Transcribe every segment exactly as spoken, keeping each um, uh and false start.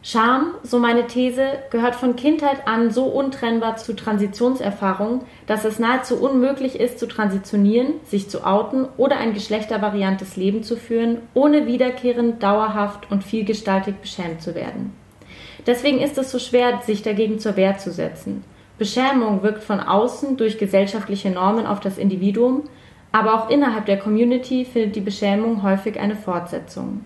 Scham, so meine These, gehört von Kindheit an so untrennbar zu Transitionserfahrung, dass es nahezu unmöglich ist, zu transitionieren, sich zu outen oder ein geschlechtervariantes Leben zu führen, ohne wiederkehrend, dauerhaft und vielgestaltig beschämt zu werden. Deswegen ist es so schwer, sich dagegen zur Wehr zu setzen. Beschämung wirkt von außen durch gesellschaftliche Normen auf das Individuum, aber auch innerhalb der Community findet die Beschämung häufig eine Fortsetzung.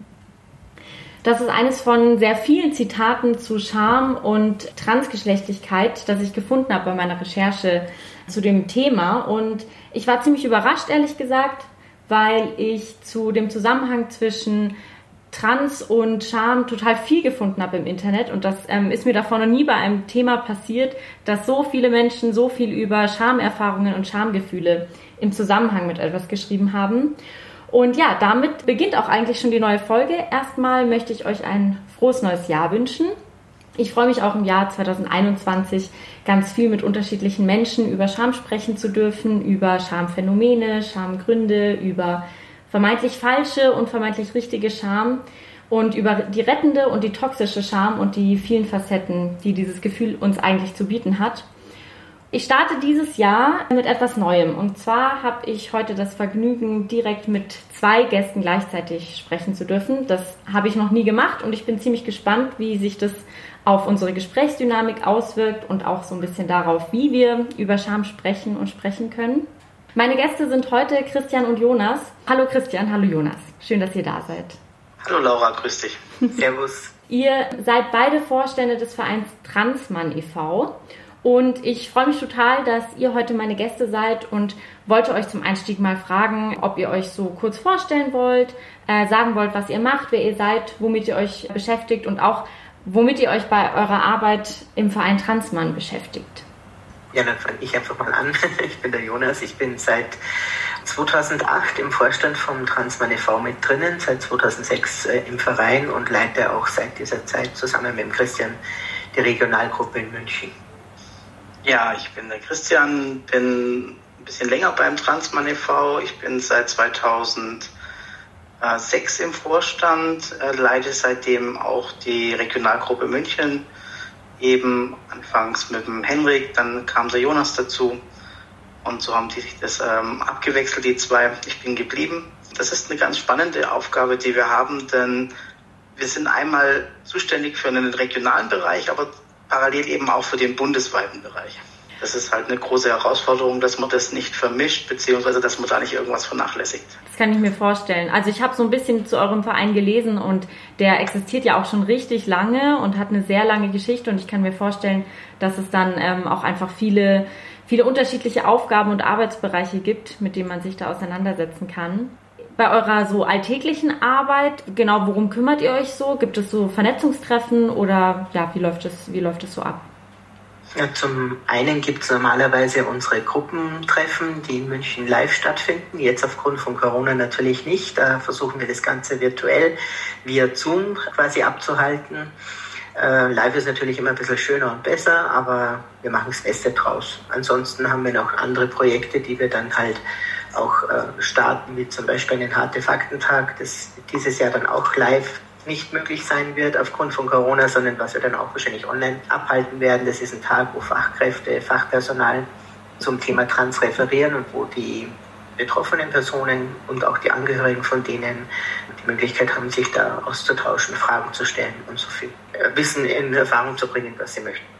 Das ist eines von sehr vielen Zitaten zu Scham und Transgeschlechtlichkeit, das ich gefunden habe bei meiner Recherche zu dem Thema. Und ich war ziemlich überrascht, ehrlich gesagt, weil ich zu dem Zusammenhang zwischen Trans und Scham total viel gefunden habe im Internet. Und das ähm, ist mir davor noch nie bei einem Thema passiert, dass so viele Menschen so viel über Schamerfahrungen und Schamgefühle im Zusammenhang mit etwas geschrieben haben. Und ja, damit beginnt auch eigentlich schon die neue Folge. Erstmal möchte ich euch ein frohes neues Jahr wünschen. Ich freue mich auch im Jahr zwanzig einundzwanzig ganz viel mit unterschiedlichen Menschen über Scham sprechen zu dürfen, über Schamphänomene, Schamgründe, über vermeintlich falsche und vermeintlich richtige Scham und über die rettende und die toxische Scham und die vielen Facetten, die dieses Gefühl uns eigentlich zu bieten hat. Ich starte dieses Jahr mit etwas Neuem und zwar habe ich heute das Vergnügen, direkt mit zwei Gästen gleichzeitig sprechen zu dürfen. Das habe ich noch nie gemacht und ich bin ziemlich gespannt, wie sich das auf unsere Gesprächsdynamik auswirkt und auch so ein bisschen darauf, wie wir über Scham sprechen und sprechen können. Meine Gäste sind heute Christian und Jonas. Hallo Christian, hallo Jonas. Schön, dass ihr da seid. Hallo Laura, grüß dich. Servus. Ihr seid beide Vorstände des Vereins Transmann e V und ich freue mich total, dass ihr heute meine Gäste seid und wollte euch zum Einstieg mal fragen, ob ihr euch so kurz vorstellen wollt, äh, sagen wollt, was ihr macht, wer ihr seid, womit ihr euch beschäftigt und auch womit ihr euch bei eurer Arbeit im Verein Transmann beschäftigt. Ja, dann fange ich einfach mal an. Ich bin der Jonas, ich bin seit zweitausendacht im Vorstand vom Transmann e V mit drinnen, seit zweitausendsechs äh, im Verein und leite auch seit dieser Zeit zusammen mit dem Christian die Regionalgruppe in München. Ja, ich bin der Christian, bin ein bisschen länger beim Transmann e V. Ich bin seit zweitausendsechs im Vorstand, äh, leite seitdem auch die Regionalgruppe München. Eben anfangs mit dem Henrik, dann kam der Jonas dazu und so haben die sich das ähm, abgewechselt, die zwei. Ich bin geblieben. Das ist eine ganz spannende Aufgabe, die wir haben, denn wir sind einmal zuständig für einen regionalen Bereich, aber parallel eben auch für den bundesweiten Bereich. Das ist halt eine große Herausforderung, dass man das nicht vermischt, beziehungsweise dass man da nicht irgendwas vernachlässigt. Das kann ich mir vorstellen. Also ich habe so ein bisschen zu eurem Verein gelesen und der existiert ja auch schon richtig lange und hat eine sehr lange Geschichte und ich kann mir vorstellen, dass es dann ähm, auch einfach viele, viele unterschiedliche Aufgaben und Arbeitsbereiche gibt, mit denen man sich da auseinandersetzen kann. Bei eurer so alltäglichen Arbeit, genau, worum kümmert ihr euch so? Gibt es so Vernetzungstreffen oder ja, wie läuft es, wie läuft es so ab? Ja, zum einen gibt es normalerweise unsere Gruppentreffen, die in München live stattfinden. Jetzt aufgrund von Corona natürlich nicht. Da versuchen wir das Ganze virtuell via Zoom quasi abzuhalten. Äh, live ist natürlich immer ein bisschen schöner und besser, aber wir machen das Beste draus. Ansonsten haben wir noch andere Projekte, die wir dann halt auch äh, starten, wie zum Beispiel einen Harte-Fakten-Tag, das dieses Jahr dann auch live nicht möglich sein wird aufgrund von Corona, sondern was wir dann auch wahrscheinlich online abhalten werden. Das ist ein Tag, wo Fachkräfte, Fachpersonal zum Thema Trans referieren und wo die betroffenen Personen und auch die Angehörigen von denen die Möglichkeit haben, sich da auszutauschen, Fragen zu stellen und so viel Wissen in Erfahrung zu bringen, was sie möchten.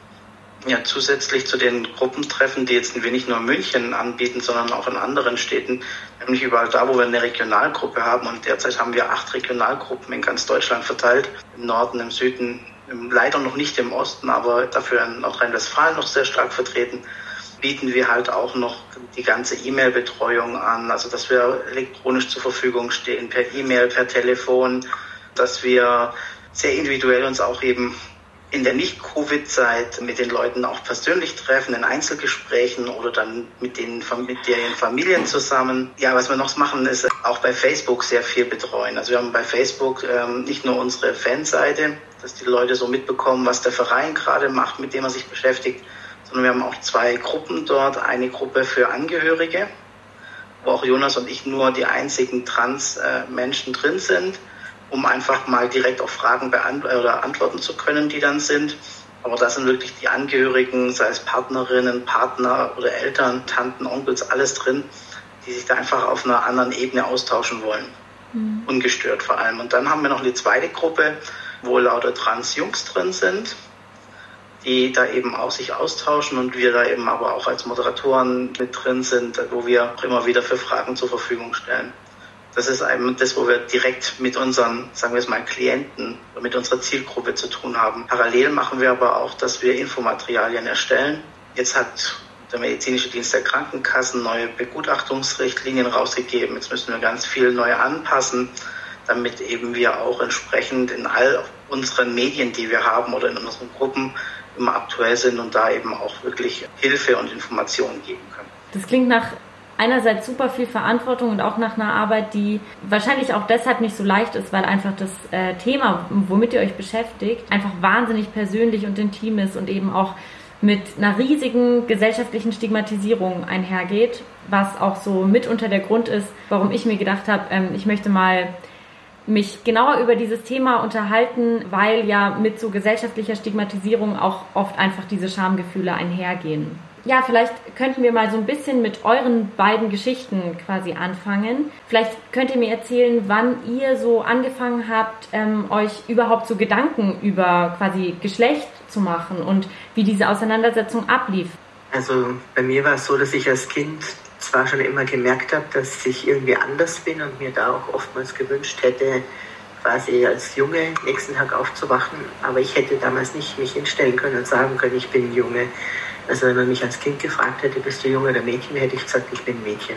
Ja, zusätzlich zu den Gruppentreffen, die jetzt wir nicht nur in München anbieten, sondern auch in anderen Städten, nämlich überall da, wo wir eine Regionalgruppe haben. Und derzeit haben wir acht Regionalgruppen in ganz Deutschland verteilt, im Norden, im Süden, leider noch nicht im Osten, aber dafür in Nordrhein-Westfalen noch sehr stark vertreten, bieten wir halt auch noch die ganze E-Mail-Betreuung an, also dass wir elektronisch zur Verfügung stehen, per E-Mail, per Telefon, dass wir sehr individuell uns auch eben in der Nicht-Covid-Zeit mit den Leuten auch persönlich treffen, in Einzelgesprächen oder dann mit den mit deren Familien zusammen. Ja, was wir noch machen, ist auch bei Facebook sehr viel betreuen. Also wir haben bei Facebook ähm, nicht nur unsere Fanseite, dass die Leute so mitbekommen, was der Verein gerade macht, mit dem er sich beschäftigt, sondern wir haben auch zwei Gruppen dort. Eine Gruppe für Angehörige, wo auch Jonas und ich nur die einzigen Trans-Menschen drin sind. um einfach mal direkt auf Fragen beant- oder antworten zu können, die dann sind. Aber da sind wirklich die Angehörigen, sei es Partnerinnen, Partner oder Eltern, Tanten, Onkels, alles drin, die sich da einfach auf einer anderen Ebene austauschen wollen. Mhm. Ungestört vor allem. Und dann haben wir noch eine zweite Gruppe, wo lauter Trans-Jungs drin sind, die da eben auch sich austauschen und wir da eben aber auch als Moderatoren mit drin sind, wo wir auch immer wieder für Fragen zur Verfügung stellen. Das ist eben das, wo wir direkt mit unseren, sagen wir es mal, Klienten, mit unserer Zielgruppe zu tun haben. Parallel machen wir aber auch, dass wir Infomaterialien erstellen. Jetzt hat der medizinische Dienst der Krankenkassen neue Begutachtungsrichtlinien rausgegeben. Jetzt müssen wir ganz viel neu anpassen, damit eben wir auch entsprechend in all unseren Medien, die wir haben oder in unseren Gruppen immer aktuell sind und da eben auch wirklich Hilfe und Informationen geben können. Das klingt nach einerseits super viel Verantwortung und auch nach einer Arbeit, die wahrscheinlich auch deshalb nicht so leicht ist, weil einfach das äh, Thema, womit ihr euch beschäftigt, einfach wahnsinnig persönlich und intim ist und eben auch mit einer riesigen gesellschaftlichen Stigmatisierung einhergeht, was auch so mitunter der Grund ist, warum ich mir gedacht habe, ähm, ich möchte mal mich genauer über dieses Thema unterhalten, weil ja mit so gesellschaftlicher Stigmatisierung auch oft einfach diese Schamgefühle einhergehen. Ja, vielleicht könnten wir mal so ein bisschen mit euren beiden Geschichten quasi anfangen. Vielleicht könnt ihr mir erzählen, wann ihr so angefangen habt, ähm, euch überhaupt so Gedanken über quasi Geschlecht zu machen und wie diese Auseinandersetzung ablief. Also bei mir war es so, dass ich als Kind zwar schon immer gemerkt habe, dass ich irgendwie anders bin und mir da auch oftmals gewünscht hätte, quasi als Junge nächsten Tag aufzuwachen, aber ich hätte damals nicht mich hinstellen können und sagen können, ich bin Junge. Also wenn man mich als Kind gefragt hätte, bist du Junge oder Mädchen, hätte ich gesagt, ich bin Mädchen.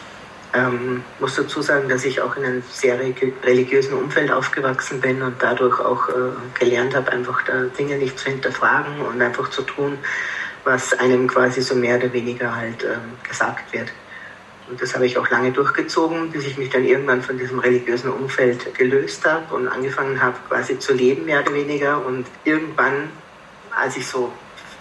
Ähm, muss dazu sagen, dass ich auch in einem sehr religiösen Umfeld aufgewachsen bin und dadurch auch äh, gelernt habe, einfach da Dinge nicht zu hinterfragen und einfach zu tun, was einem quasi so mehr oder weniger halt ähm, gesagt wird. Und das habe ich auch lange durchgezogen, bis ich mich dann irgendwann von diesem religiösen Umfeld gelöst habe und angefangen habe, quasi zu leben, mehr oder weniger. Und irgendwann, als ich so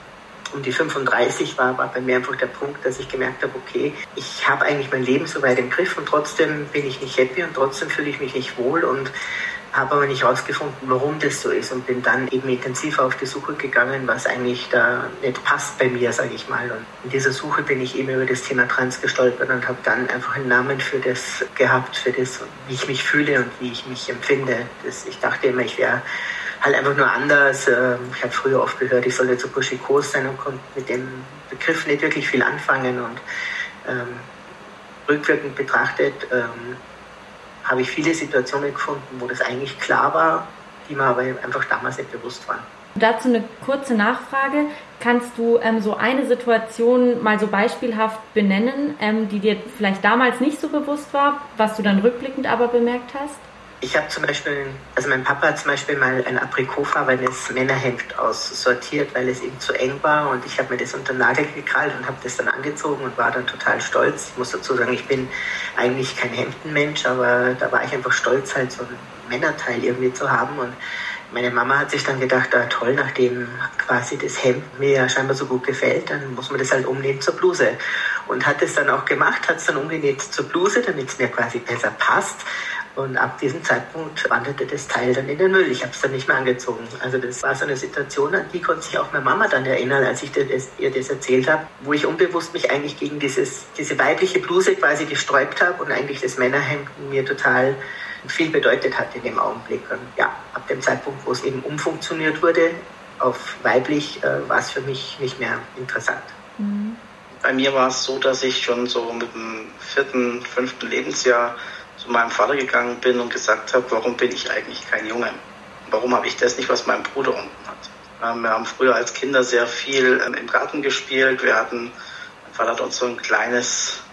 um die fünfunddreißig war, war bei mir einfach der Punkt, dass ich gemerkt habe, okay, ich habe eigentlich mein Leben so weit im Griff und trotzdem bin ich nicht happy und trotzdem fühle ich mich nicht wohl und habe aber nicht herausgefunden, warum das so ist und bin dann eben intensiv auf die Suche gegangen, was eigentlich da nicht passt bei mir, sage ich mal. Und in dieser Suche bin ich eben über das Thema Trans gestolpert und habe dann einfach einen Namen für das gehabt, für das, wie ich mich fühle und wie ich mich empfinde. Das, ich dachte immer, ich wäre halt einfach nur anders. Ich habe früher oft gehört, ich soll jetzt so burschikos sein und konnte mit dem Begriff nicht wirklich viel anfangen. Und ähm, rückwirkend betrachtet ähm, habe ich viele Situationen gefunden, wo das eigentlich klar war, die mir aber einfach damals nicht bewusst waren. Dazu eine kurze Nachfrage. Kannst du ähm, so eine Situation mal so beispielhaft benennen, ähm, die dir vielleicht damals nicht so bewusst war, was du dann rückblickend aber bemerkt hast? Ich habe zum Beispiel, also mein Papa hat zum Beispiel mal ein aprikotfarbenes Männerhemd aussortiert, weil es ihm zu eng war und ich habe mir das unter den Nagel gekrallt und habe das dann angezogen und war dann total stolz. Ich muss dazu sagen, ich bin eigentlich kein Hemdenmensch, aber da war ich einfach stolz, halt so ein Männerteil irgendwie zu haben und meine Mama hat sich dann gedacht, ah, toll, nachdem quasi das Hemd mir ja scheinbar so gut gefällt, dann muss man das halt umnähen zur Bluse. Und hat es dann auch gemacht, hat es dann umgenäht zur Bluse, damit es mir quasi besser passt. Und ab diesem Zeitpunkt wanderte das Teil dann in den Müll. Ich habe es dann nicht mehr angezogen. Also das war so eine Situation, an die konnte sich auch meine Mama dann erinnern, als ich das, ihr das erzählt habe, wo ich unbewusst mich eigentlich gegen dieses, diese weibliche Bluse quasi gesträubt habe und eigentlich das Männerhemd mir total viel bedeutet hat in dem Augenblick. Und ja, ab dem Zeitpunkt, wo es eben umfunktioniert wurde auf weiblich, äh, war es für mich nicht mehr interessant. Mhm. Bei mir war es so, dass ich schon so mit dem vierten, fünften Lebensjahr zu meinem Vater gegangen bin und gesagt habe, warum bin ich eigentlich kein Junge? Warum habe ich das nicht, was mein Bruder unten hat? Wir haben früher als Kinder sehr viel im Garten gespielt. Wir hatten, mein Vater hat uns so ein kleines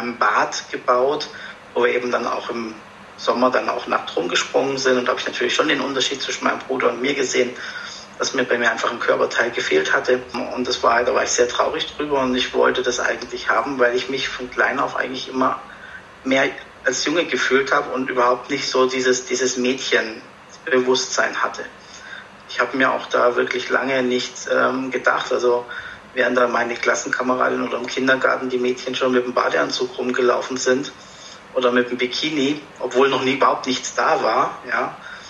Bad gebaut, wo wir eben dann auch im Sommer dann auch nackt rumgesprungen sind. Und da habe ich natürlich schon den Unterschied zwischen meinem Bruder und mir gesehen, dass mir bei mir einfach ein Körperteil gefehlt hatte. Und das war, da war ich sehr traurig drüber und ich wollte das eigentlich haben, weil ich mich von klein auf eigentlich immer mehr als Junge gefühlt habe und überhaupt nicht so dieses, dieses Mädchenbewusstsein hatte. Ich habe mir auch da wirklich lange nicht ähm, gedacht, also während da meine Klassenkameradinnen oder im Kindergarten die Mädchen schon mit dem Badeanzug rumgelaufen sind oder mit dem Bikini, obwohl noch nie überhaupt nichts da war, ja,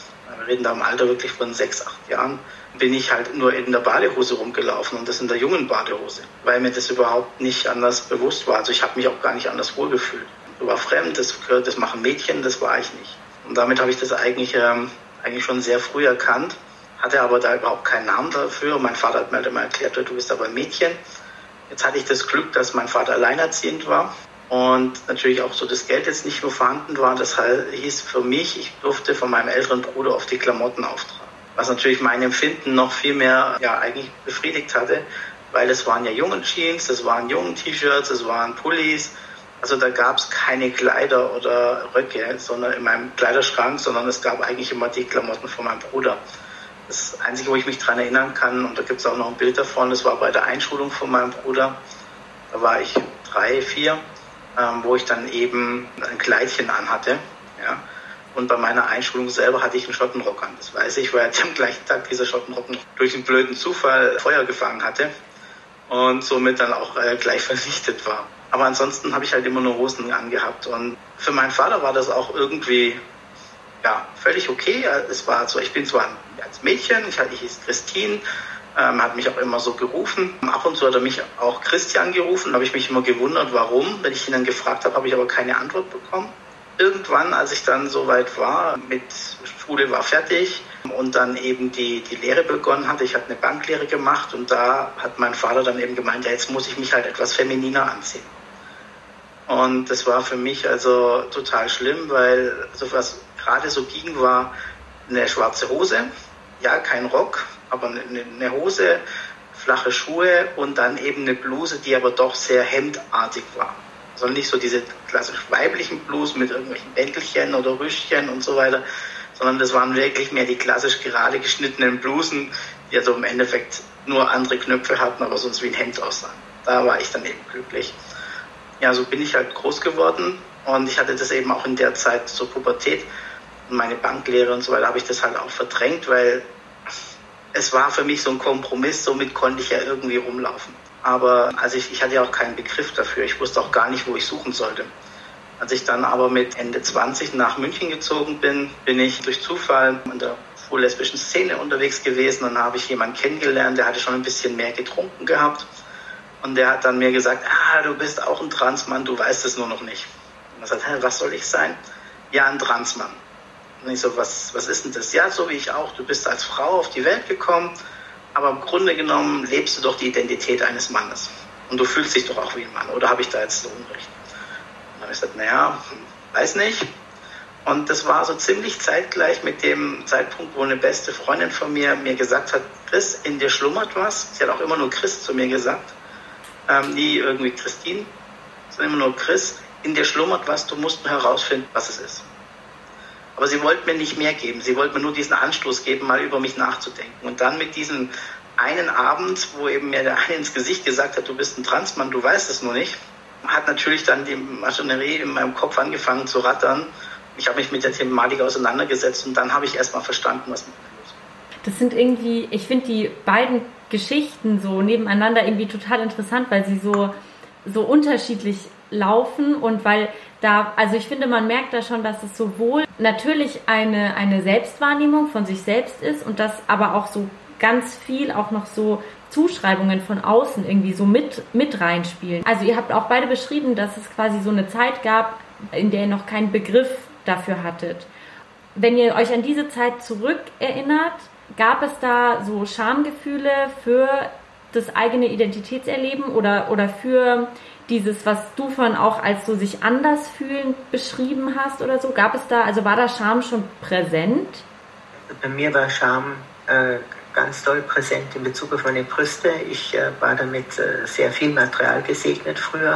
wir reden da im Alter wirklich von sechs, acht Jahren, bin ich halt nur in der Badehose rumgelaufen und das in der jungen Badehose, weil mir das überhaupt nicht anders bewusst war. Also ich habe mich auch gar nicht anders wohlgefühlt. Ich war fremd, das, das machen Mädchen, das war ich nicht. Und damit habe ich das eigentlich, ähm, eigentlich schon sehr früh erkannt, hatte aber da überhaupt keinen Namen dafür. Mein Vater hat mir halt immer erklärt, du bist aber ein Mädchen. Jetzt hatte ich das Glück, dass mein Vater alleinerziehend war und natürlich auch so das Geld jetzt nicht mehr vorhanden war. Das hieß für mich, ich durfte von meinem älteren Bruder auf die Klamotten auftragen. Was natürlich mein Empfinden noch viel mehr ja, eigentlich befriedigt hatte, weil es waren ja jungen Jeans, es waren jungen T-Shirts, es waren Pullis. Also da gab es keine Kleider oder Röcke, sondern in meinem Kleiderschrank, sondern es gab eigentlich immer die Klamotten von meinem Bruder. Das Einzige, wo ich mich daran erinnern kann, und da gibt es auch noch ein Bild davon, das war bei der Einschulung von meinem Bruder. Da war ich drei, vier, ähm, wo ich dann eben ein Kleidchen anhatte. Ja. Und bei meiner Einschulung selber hatte ich einen Schottenrock an. Das weiß ich, weil am gleichen Tag dieser Schottenrock noch durch einen blöden Zufall Feuer gefangen hatte und somit dann auch äh, gleich vernichtet war. Aber ansonsten habe ich halt immer nur Hosen angehabt. Und für meinen Vater war das auch irgendwie ja, völlig okay. Es war so, ich bin zwar als Mädchen, ich, ich hieß Christine, ähm, hat mich auch immer so gerufen. Ab und zu hat er mich auch Christian gerufen. Da habe ich mich immer gewundert, warum. Wenn ich ihn dann gefragt habe, habe ich aber keine Antwort bekommen. Irgendwann, als ich dann soweit war, mit Schule war fertig und dann eben die, die Lehre begonnen hatte, ich hatte eine Banklehre gemacht und da hat mein Vater dann eben gemeint, ja, jetzt muss ich mich halt etwas femininer anziehen. Und das war für mich also total schlimm, weil so was gerade so ging, war eine schwarze Hose, ja, kein Rock, aber eine, eine Hose, flache Schuhe und dann eben eine Bluse, die aber doch sehr hemdartig war. Also nicht so diese klassisch weiblichen Blusen mit irgendwelchen Bändelchen oder Rüschchen und so weiter, sondern das waren wirklich mehr die klassisch gerade geschnittenen Blusen, die also im Endeffekt nur andere Knöpfe hatten, aber sonst wie ein Hemd aussahen. Da war ich dann eben glücklich. Ja, so bin ich halt groß geworden und ich hatte das eben auch in der Zeit zur Pubertät und meine Banklehre und so weiter habe ich das halt auch verdrängt, weil es war für mich so ein Kompromiss, somit konnte ich ja irgendwie rumlaufen. Aber also ich, ich hatte ja auch keinen Begriff dafür, ich wusste auch gar nicht, wo ich suchen sollte. Als ich dann aber mit Ende zwanzig nach München gezogen bin, bin ich durch Zufall in der schwul-lesbischen Szene unterwegs gewesen und dann habe ich jemanden kennengelernt, der hatte schon ein bisschen mehr getrunken gehabt. Und der hat dann mir gesagt, ah, du bist auch ein Transmann, du weißt es nur noch nicht. Und er sagt, hä, was soll ich sein? Ja, ein Transmann. Und ich so, was, was ist denn das? Ja, so wie ich auch, du bist als Frau auf die Welt gekommen, aber im Grunde genommen lebst du doch die Identität eines Mannes. Und du fühlst dich doch auch wie ein Mann, oder habe ich da jetzt so Unrecht? Und dann habe ich gesagt, naja, weiß nicht. Und das war so ziemlich zeitgleich mit dem Zeitpunkt, wo eine beste Freundin von mir mir gesagt hat, Chris, in dir schlummert was. Sie hat auch immer nur Chris zu mir gesagt. Ähm, nie irgendwie Christine, sondern immer nur Chris, in dir schlummert was, du musst nur herausfinden, was es ist. Aber sie wollte mir nicht mehr geben, sie wollte mir nur diesen Anstoß geben, mal über mich nachzudenken. Und dann mit diesem einen Abend, wo eben mir der eine ins Gesicht gesagt hat, du bist ein Transmann, du weißt es nur nicht, hat natürlich dann die Maschinerie in meinem Kopf angefangen zu rattern. Ich habe mich mit der Thematik auseinandergesetzt und dann habe ich erst mal verstanden, was mit mir los ist. Das sind irgendwie, ich finde die beiden Geschichten so nebeneinander irgendwie total interessant, weil sie so, so unterschiedlich laufen und weil da, also ich finde, man merkt da schon, dass es sowohl natürlich eine, eine Selbstwahrnehmung von sich selbst ist und das aber auch so ganz viel auch noch so Zuschreibungen von außen irgendwie so mit, mit reinspielen. Also ihr habt auch beide beschrieben, dass es quasi so eine Zeit gab, in der ihr noch keinen Begriff dafür hattet. Wenn ihr euch an diese Zeit zurückerinnert, gab es da so Schamgefühle für das eigene Identitätserleben oder, oder für dieses, was du vorhin auch als so sich anders fühlen beschrieben hast oder so? Gab es da, also war da Scham schon präsent? Bei mir war Scham äh, ganz doll präsent in Bezug auf meine Brüste. Ich äh, war damit äh, sehr viel Material gesegnet früher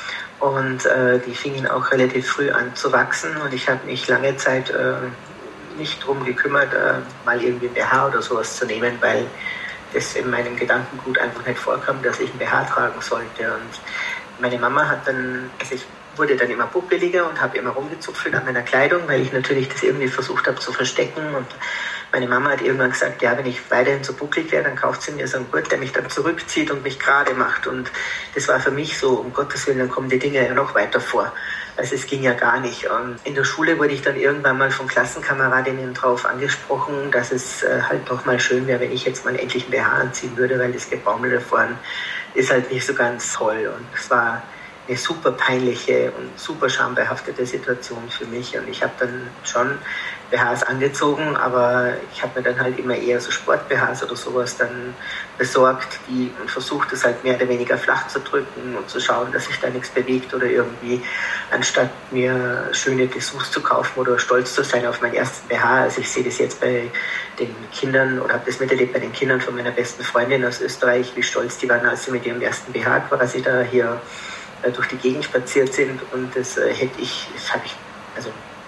und äh, die fingen auch relativ früh an zu wachsen und ich habe mich lange Zeit äh, nicht darum gekümmert, äh, mal irgendwie ein B H oder sowas zu nehmen, weil das in meinem Gedankengut einfach nicht vorkam, dass ich ein B H tragen sollte. Und meine Mama hat dann, also ich wurde dann immer puppeliger und habe immer rumgezupfelt an meiner Kleidung, weil ich natürlich das irgendwie versucht habe zu verstecken. Und meine Mama hat irgendwann gesagt, ja, wenn ich weiterhin so bucklig wäre, dann kauft sie mir so einen Gurt, der mich dann zurückzieht und mich gerade macht. Und das war für mich so, um Gottes Willen, dann kommen die Dinge ja noch weiter vor. Also es ging ja gar nicht. Und in der Schule wurde ich dann irgendwann mal von Klassenkameradinnen drauf angesprochen, dass es äh, halt doch mal schön wäre, wenn ich jetzt mal endlich ein B H anziehen würde, weil das Gebaumel da vorne ist halt nicht so ganz toll. Und es war eine super peinliche und super schambehaftete Situation für mich. Und ich habe dann schon B Hs angezogen, aber ich habe mir dann halt immer eher so Sport-B Hs oder sowas dann besorgt, die und versucht, es halt mehr oder weniger flach zu drücken und zu schauen, dass sich da nichts bewegt oder irgendwie, anstatt mir schöne Dessous zu kaufen oder stolz zu sein auf meinen ersten B H. Also ich sehe das jetzt bei den Kindern oder habe das miterlebt bei den Kindern von meiner besten Freundin aus Österreich, wie stolz die waren, als sie mit ihrem ersten B H quasi da hier durch die Gegend spaziert sind, und das äh, hätte ich, das habe ich, also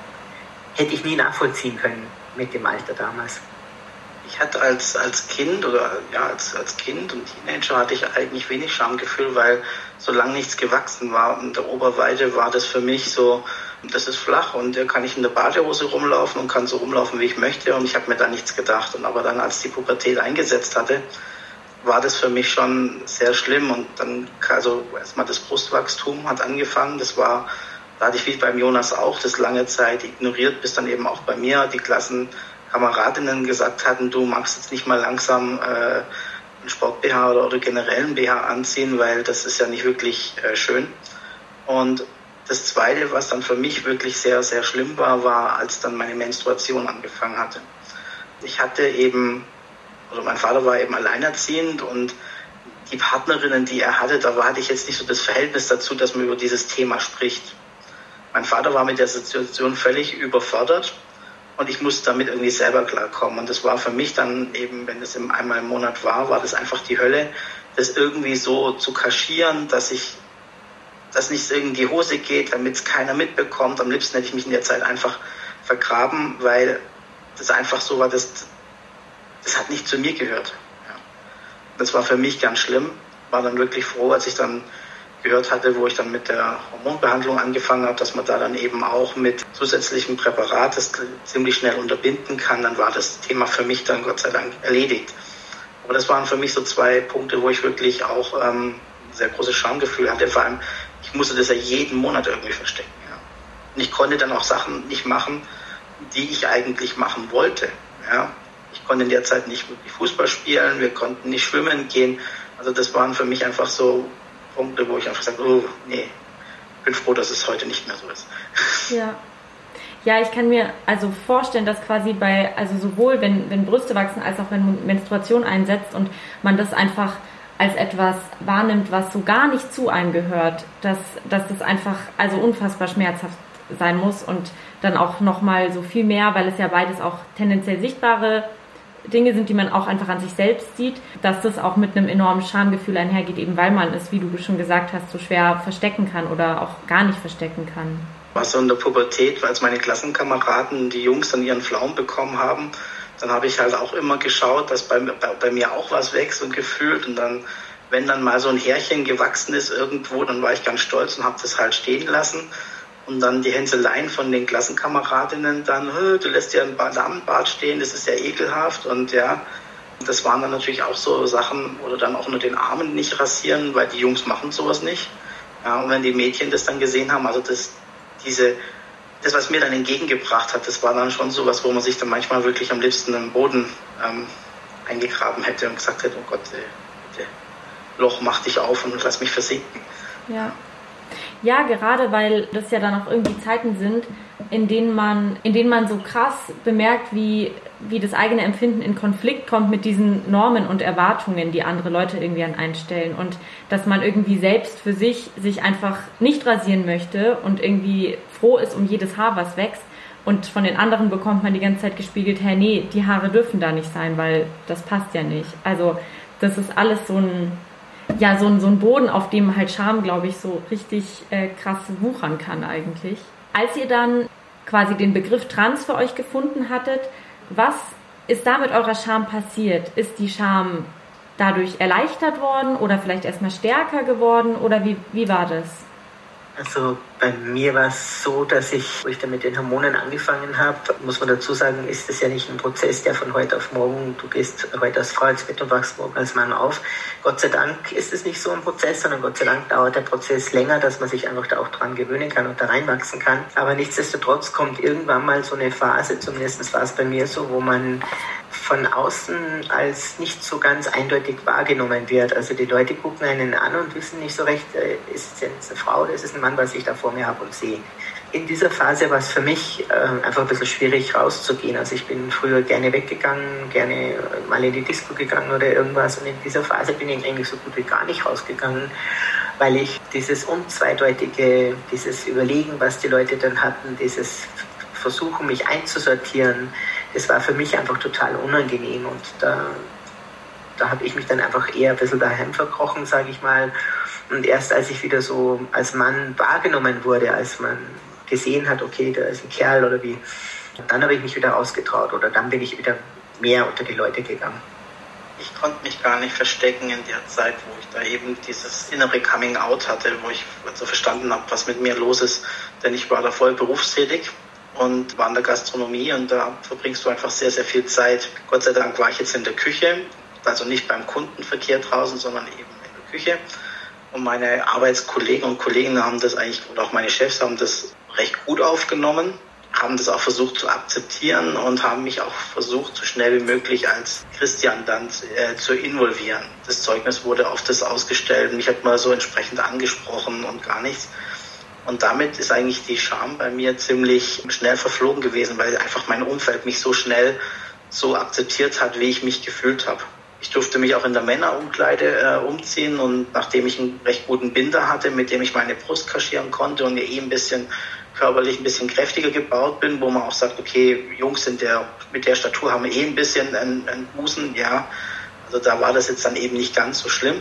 hätte ich nie nachvollziehen können mit dem Alter damals. Ich hatte als, als Kind oder ja als, als Kind und Teenager hatte ich eigentlich wenig Schamgefühl, weil solange nichts gewachsen war in der Oberweite, war das für mich so, das ist flach und da kann ich in der Badehose rumlaufen und kann so rumlaufen, wie ich möchte, und ich habe mir da nichts gedacht. Und aber dann, als die Pubertät eingesetzt hatte, war das für mich schon sehr schlimm, und dann, also erstmal das Brustwachstum hat angefangen, das war, da hatte ich wie beim Jonas auch das lange Zeit ignoriert, bis dann eben auch bei mir die Klassenkameradinnen gesagt hatten, du magst jetzt nicht mal langsam äh, einen Sport-B H oder, oder generell einen B H anziehen, weil das ist ja nicht wirklich äh, schön. Und das Zweite, was dann für mich wirklich sehr, sehr schlimm war, war, als dann meine Menstruation angefangen hatte. Ich hatte eben Also mein Vater war eben alleinerziehend, und die Partnerinnen, die er hatte, da hatte ich jetzt nicht so das Verhältnis dazu, dass man über dieses Thema spricht. Mein Vater war mit der Situation völlig überfordert, und ich musste damit irgendwie selber klarkommen. Und das war für mich dann eben, wenn es einmal im Monat war, war das einfach die Hölle, das irgendwie so zu kaschieren, dass ich, dass nicht in die Hose geht, damit es keiner mitbekommt. Am liebsten hätte ich mich in der Zeit einfach vergraben, weil das einfach so war, dass das hat nicht zu mir gehört. Ja. Das war für mich ganz schlimm. War dann wirklich froh, als ich dann gehört hatte, wo ich dann mit der Hormonbehandlung angefangen habe, dass man da dann eben auch mit zusätzlichem Präparat das ziemlich schnell unterbinden kann. Dann war das Thema für mich dann Gott sei Dank erledigt. Aber das waren für mich so zwei Punkte, wo ich wirklich auch ähm, ein sehr großes Schamgefühl hatte. Vor allem, ich musste das ja jeden Monat irgendwie verstecken. Ja. Und ich konnte dann auch Sachen nicht machen, die ich eigentlich machen wollte. Ja. Ich konnte in der Zeit nicht wirklich Fußball spielen, wir konnten nicht schwimmen gehen. Also das waren für mich einfach so Punkte, wo ich einfach sage, oh nee, ich bin froh, dass es heute nicht mehr so ist. Ja. Ja, ich kann mir also vorstellen, dass quasi bei, also sowohl wenn, wenn Brüste wachsen, als auch wenn Menstruation einsetzt und man das einfach als etwas wahrnimmt, was so gar nicht zu einem gehört, dass, dass das einfach also unfassbar schmerzhaft sein muss, und dann auch nochmal so viel mehr, weil es ja beides auch tendenziell sichtbare Dinge sind, die man auch einfach an sich selbst sieht, dass das auch mit einem enormen Schamgefühl einhergeht, eben weil man es, wie du schon gesagt hast, so schwer verstecken kann oder auch gar nicht verstecken kann. War so in der Pubertät, als meine Klassenkameraden, die Jungs, dann ihren Pflaumen bekommen haben, dann habe ich halt auch immer geschaut, dass bei, bei, bei mir auch was wächst und gefühlt, und dann, wenn dann mal so ein Härchen gewachsen ist irgendwo, dann war ich ganz stolz und habe das halt stehen lassen. Und dann die Hänseleien von den Klassenkameradinnen dann, du lässt ja ein Damenbart stehen, das ist ja ekelhaft. Und ja, das waren dann natürlich auch so Sachen, oder dann auch nur den Armen nicht rasieren, weil die Jungs machen sowas nicht. Ja, und wenn die Mädchen das dann gesehen haben, also das, diese, das, was mir dann entgegengebracht hat, das war dann schon sowas, wo man sich dann manchmal wirklich am liebsten im Boden ähm, eingegraben hätte und gesagt hätte, oh Gott, bitte, Loch, mach dich auf und lass mich versinken. Ja. Ja, gerade weil das ja dann auch irgendwie Zeiten sind, in denen man, in denen man so krass bemerkt, wie, wie das eigene Empfinden in Konflikt kommt mit diesen Normen und Erwartungen, die andere Leute irgendwie an einen stellen, und dass man irgendwie selbst für sich sich einfach nicht rasieren möchte und irgendwie froh ist um jedes Haar, was wächst, und von den anderen bekommt man die ganze Zeit gespiegelt, hey, nee, die Haare dürfen da nicht sein, weil das passt ja nicht. Also das ist alles so ein ja, so ein, so ein Boden, auf dem halt Scham, glaube ich, so richtig äh, krass wuchern kann eigentlich. Als ihr dann quasi den Begriff Trans für euch gefunden hattet, was ist da mit eurer Scham passiert? Ist die Scham dadurch erleichtert worden oder vielleicht erstmal stärker geworden, oder wie, wie war das? Also bei mir war es so, dass ich, wo ich dann mit den Hormonen angefangen habe, muss man dazu sagen, ist es ja nicht ein Prozess, der von heute auf morgen, du gehst heute als Frau ins Bett und wachst morgen als Mann auf. Gott sei Dank ist es nicht so ein Prozess, sondern Gott sei Dank dauert der Prozess länger, dass man sich einfach da auch dran gewöhnen kann und da reinwachsen kann. Aber nichtsdestotrotz kommt irgendwann mal so eine Phase, zumindest war es bei mir so, wo man von außen als nicht so ganz eindeutig wahrgenommen wird. Also die Leute gucken einen an und wissen nicht so recht, äh, ist es jetzt eine Frau oder ist es ein Mann, was ich da vor mir habe und sehe. In dieser Phase war es für mich äh, einfach ein bisschen schwierig rauszugehen. Also ich bin früher gerne weggegangen, gerne mal in die Disco gegangen oder irgendwas. Und in dieser Phase bin ich eigentlich so gut wie gar nicht rausgegangen, weil ich dieses Unzweideutige, dieses Überlegen, was die Leute dann hatten, dieses Versuchen, mich einzusortieren, das war für mich einfach total unangenehm. Und da, da habe ich mich dann einfach eher ein bisschen daheim verkrochen, sage ich mal. Und erst als ich wieder so als Mann wahrgenommen wurde, als man gesehen hat, okay, da ist ein Kerl oder wie, dann habe ich mich wieder rausgetraut oder dann bin ich wieder mehr unter die Leute gegangen. Ich konnte mich gar nicht verstecken in der Zeit, wo ich da eben dieses innere Coming-out hatte, wo ich also verstanden habe, was mit mir los ist. Denn ich war da voll berufstätig und war in der Gastronomie und da verbringst du einfach sehr, sehr viel Zeit. Gott sei Dank war ich jetzt in der Küche, also nicht beim Kundenverkehr draußen, sondern eben in der Küche. Und meine Arbeitskollegen und Kollegen haben das eigentlich, und auch meine Chefs haben das recht gut aufgenommen, haben das auch versucht zu akzeptieren und haben mich auch versucht, so schnell wie möglich als Christian dann äh, zu involvieren. Das Zeugnis wurde auf das ausgestellt, mich hat mal so entsprechend angesprochen und gar nichts. Und damit ist eigentlich die Scham bei mir ziemlich schnell verflogen gewesen, weil einfach mein Umfeld mich so schnell so akzeptiert hat, wie ich mich gefühlt habe. Ich durfte mich auch in der Männerumkleide äh, umziehen und nachdem ich einen recht guten Binder hatte, mit dem ich meine Brust kaschieren konnte und mir eh ein bisschen körperlich ein bisschen kräftiger gebaut bin, wo man auch sagt, okay, Jungs in der, mit der Statur haben eh ein bisschen einen, einen Busen, ja. Also da war das jetzt dann eben nicht ganz so schlimm.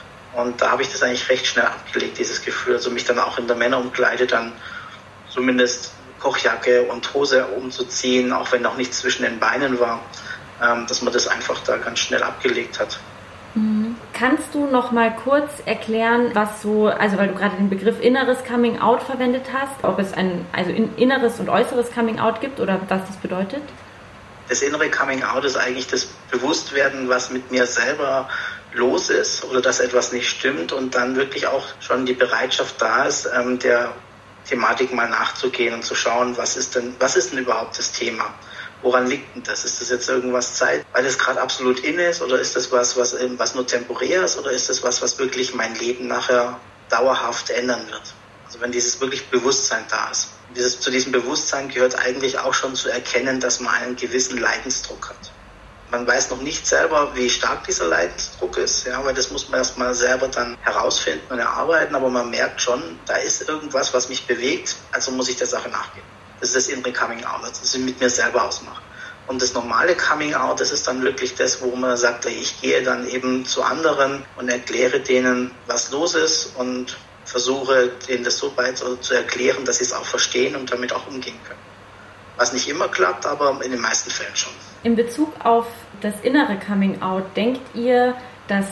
Und da habe ich das eigentlich recht schnell abgelegt, dieses Gefühl. Also mich dann auch in der Männerumkleide dann zumindest Kochjacke und Hose umzuziehen, auch wenn noch nichts zwischen den Beinen war, ähm, dass man das einfach da ganz schnell abgelegt hat. Mhm. Kannst du noch mal kurz erklären, was so, also weil du gerade den Begriff inneres Coming-out verwendet hast, ob es ein also in, inneres und äußeres Coming-out gibt oder was das bedeutet? Das innere Coming-out ist eigentlich das Bewusstwerden, was mit mir selber los ist oder dass etwas nicht stimmt und dann wirklich auch schon die Bereitschaft da ist, ähm, der Thematik mal nachzugehen und zu schauen, was ist denn, was ist denn überhaupt das Thema? Woran liegt denn das? Ist das jetzt irgendwas Zeit, weil es gerade absolut in ist oder ist das was, was, was nur temporär ist oder ist das was, was wirklich mein Leben nachher dauerhaft ändern wird? Also wenn dieses wirklich Bewusstsein da ist. Und dieses, zu diesem Bewusstsein gehört eigentlich auch schon zu erkennen, dass man einen gewissen Leidensdruck hat. Man weiß noch nicht selber, wie stark dieser Leidensdruck ist, ja, weil das muss man erstmal selber dann herausfinden und erarbeiten, aber man merkt schon, da ist irgendwas, was mich bewegt, also muss ich der Sache nachgehen. Das ist das innere Coming-out, das ich mit mir selber ausmache. Und das normale Coming-out, das ist dann wirklich das, wo man sagt, ich gehe dann eben zu anderen und erkläre denen, was los ist und versuche denen das so weit zu erklären, dass sie es auch verstehen und damit auch umgehen können. Was nicht immer klappt, aber in den meisten Fällen schon. In Bezug auf das innere Coming-out, denkt ihr, dass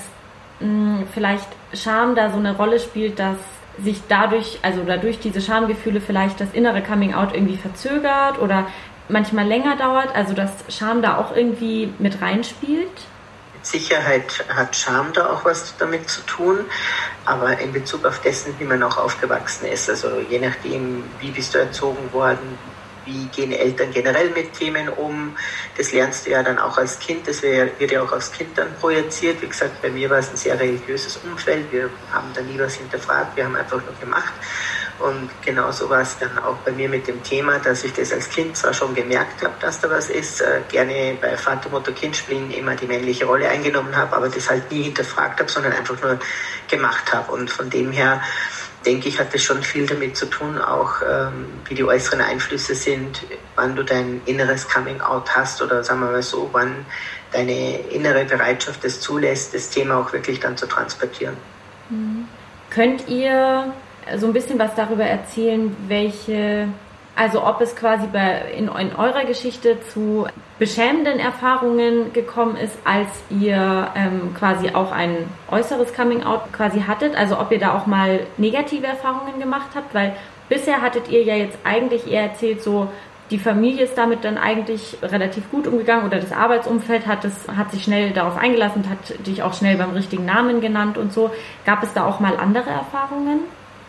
mh, vielleicht Scham da so eine Rolle spielt, dass sich dadurch, also dadurch diese Schamgefühle vielleicht das innere Coming-out irgendwie verzögert oder manchmal länger dauert, also dass Scham da auch irgendwie mit reinspielt? Mit Sicherheit hat Scham da auch was damit zu tun, aber in Bezug auf dessen, wie man auch aufgewachsen ist, also je nachdem, wie bist du erzogen worden, wie gehen Eltern generell mit Themen um, das lernst du ja dann auch als Kind, das wird ja auch als Kind dann projiziert. Wie gesagt, bei mir war es ein sehr religiöses Umfeld, wir haben da nie was hinterfragt, wir haben einfach nur gemacht. Und genauso war es dann auch bei mir mit dem Thema, dass ich das als Kind zwar schon gemerkt habe, dass da was ist, äh, gerne bei Vater, Mutter, Kind spielen immer die männliche Rolle eingenommen habe, aber das halt nie hinterfragt habe, sondern einfach nur gemacht habe. Und von dem her denke ich, hat das schon viel damit zu tun, auch ähm, wie die äußeren Einflüsse sind, wann du dein inneres Coming-out hast oder sagen wir mal so, wann deine innere Bereitschaft es zulässt, das Thema auch wirklich dann zu transportieren. Mhm. Könnt ihr so ein bisschen was darüber erzählen, welche Also ob es quasi bei, in, in eurer Geschichte zu beschämenden Erfahrungen gekommen ist, als ihr ähm, quasi auch ein äußeres Coming-out quasi hattet. Also ob ihr da auch mal negative Erfahrungen gemacht habt, weil bisher hattet ihr ja jetzt eigentlich eher erzählt, so die Familie ist damit dann eigentlich relativ gut umgegangen oder das Arbeitsumfeld hat, das, hat sich schnell darauf eingelassen und hat dich auch schnell beim richtigen Namen genannt und so. Gab es da auch mal andere Erfahrungen?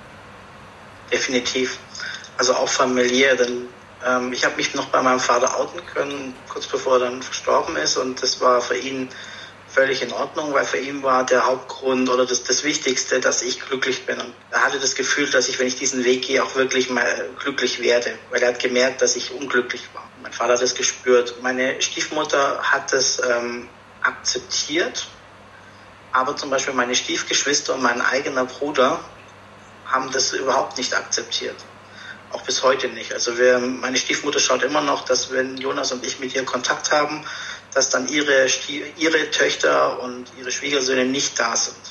Definitiv. Also auch familiär, denn ähm, ich habe mich noch bei meinem Vater outen können, kurz bevor er dann verstorben ist, und das war für ihn völlig in Ordnung, weil für ihn war der Hauptgrund oder das, das Wichtigste, dass ich glücklich bin. Und er hatte das Gefühl, dass ich, wenn ich diesen Weg gehe, auch wirklich mal glücklich werde, weil er hat gemerkt, dass ich unglücklich war. Mein Vater hat das gespürt. Meine Stiefmutter hat das ähm, akzeptiert, aber zum Beispiel meine Stiefgeschwister und mein eigener Bruder haben das überhaupt nicht akzeptiert. Auch bis heute nicht. Also wir, meine Stiefmutter schaut immer noch, dass wenn Jonas und ich mit ihr Kontakt haben, dass dann ihre, ihre Töchter und ihre Schwiegersöhne nicht da sind.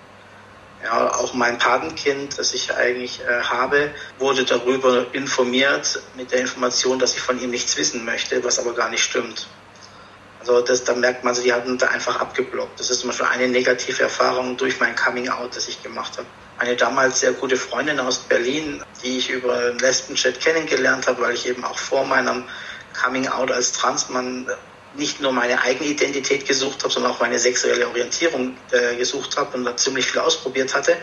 Ja, auch mein Patenkind, das ich eigentlich äh, habe, wurde darüber informiert mit der Information, dass ich von ihm nichts wissen möchte, was aber gar nicht stimmt. Also das, da merkt man, also die hatten da einfach abgeblockt. Das ist zum Beispiel eine negative Erfahrung durch mein Coming-out, das ich gemacht habe. Eine damals sehr gute Freundin aus Berlin, die ich über einen Lesbenchat kennengelernt habe, weil ich eben auch vor meinem Coming-out als Transmann nicht nur meine eigene Identität gesucht habe, sondern auch meine sexuelle Orientierung äh, gesucht habe und da ziemlich viel ausprobiert hatte,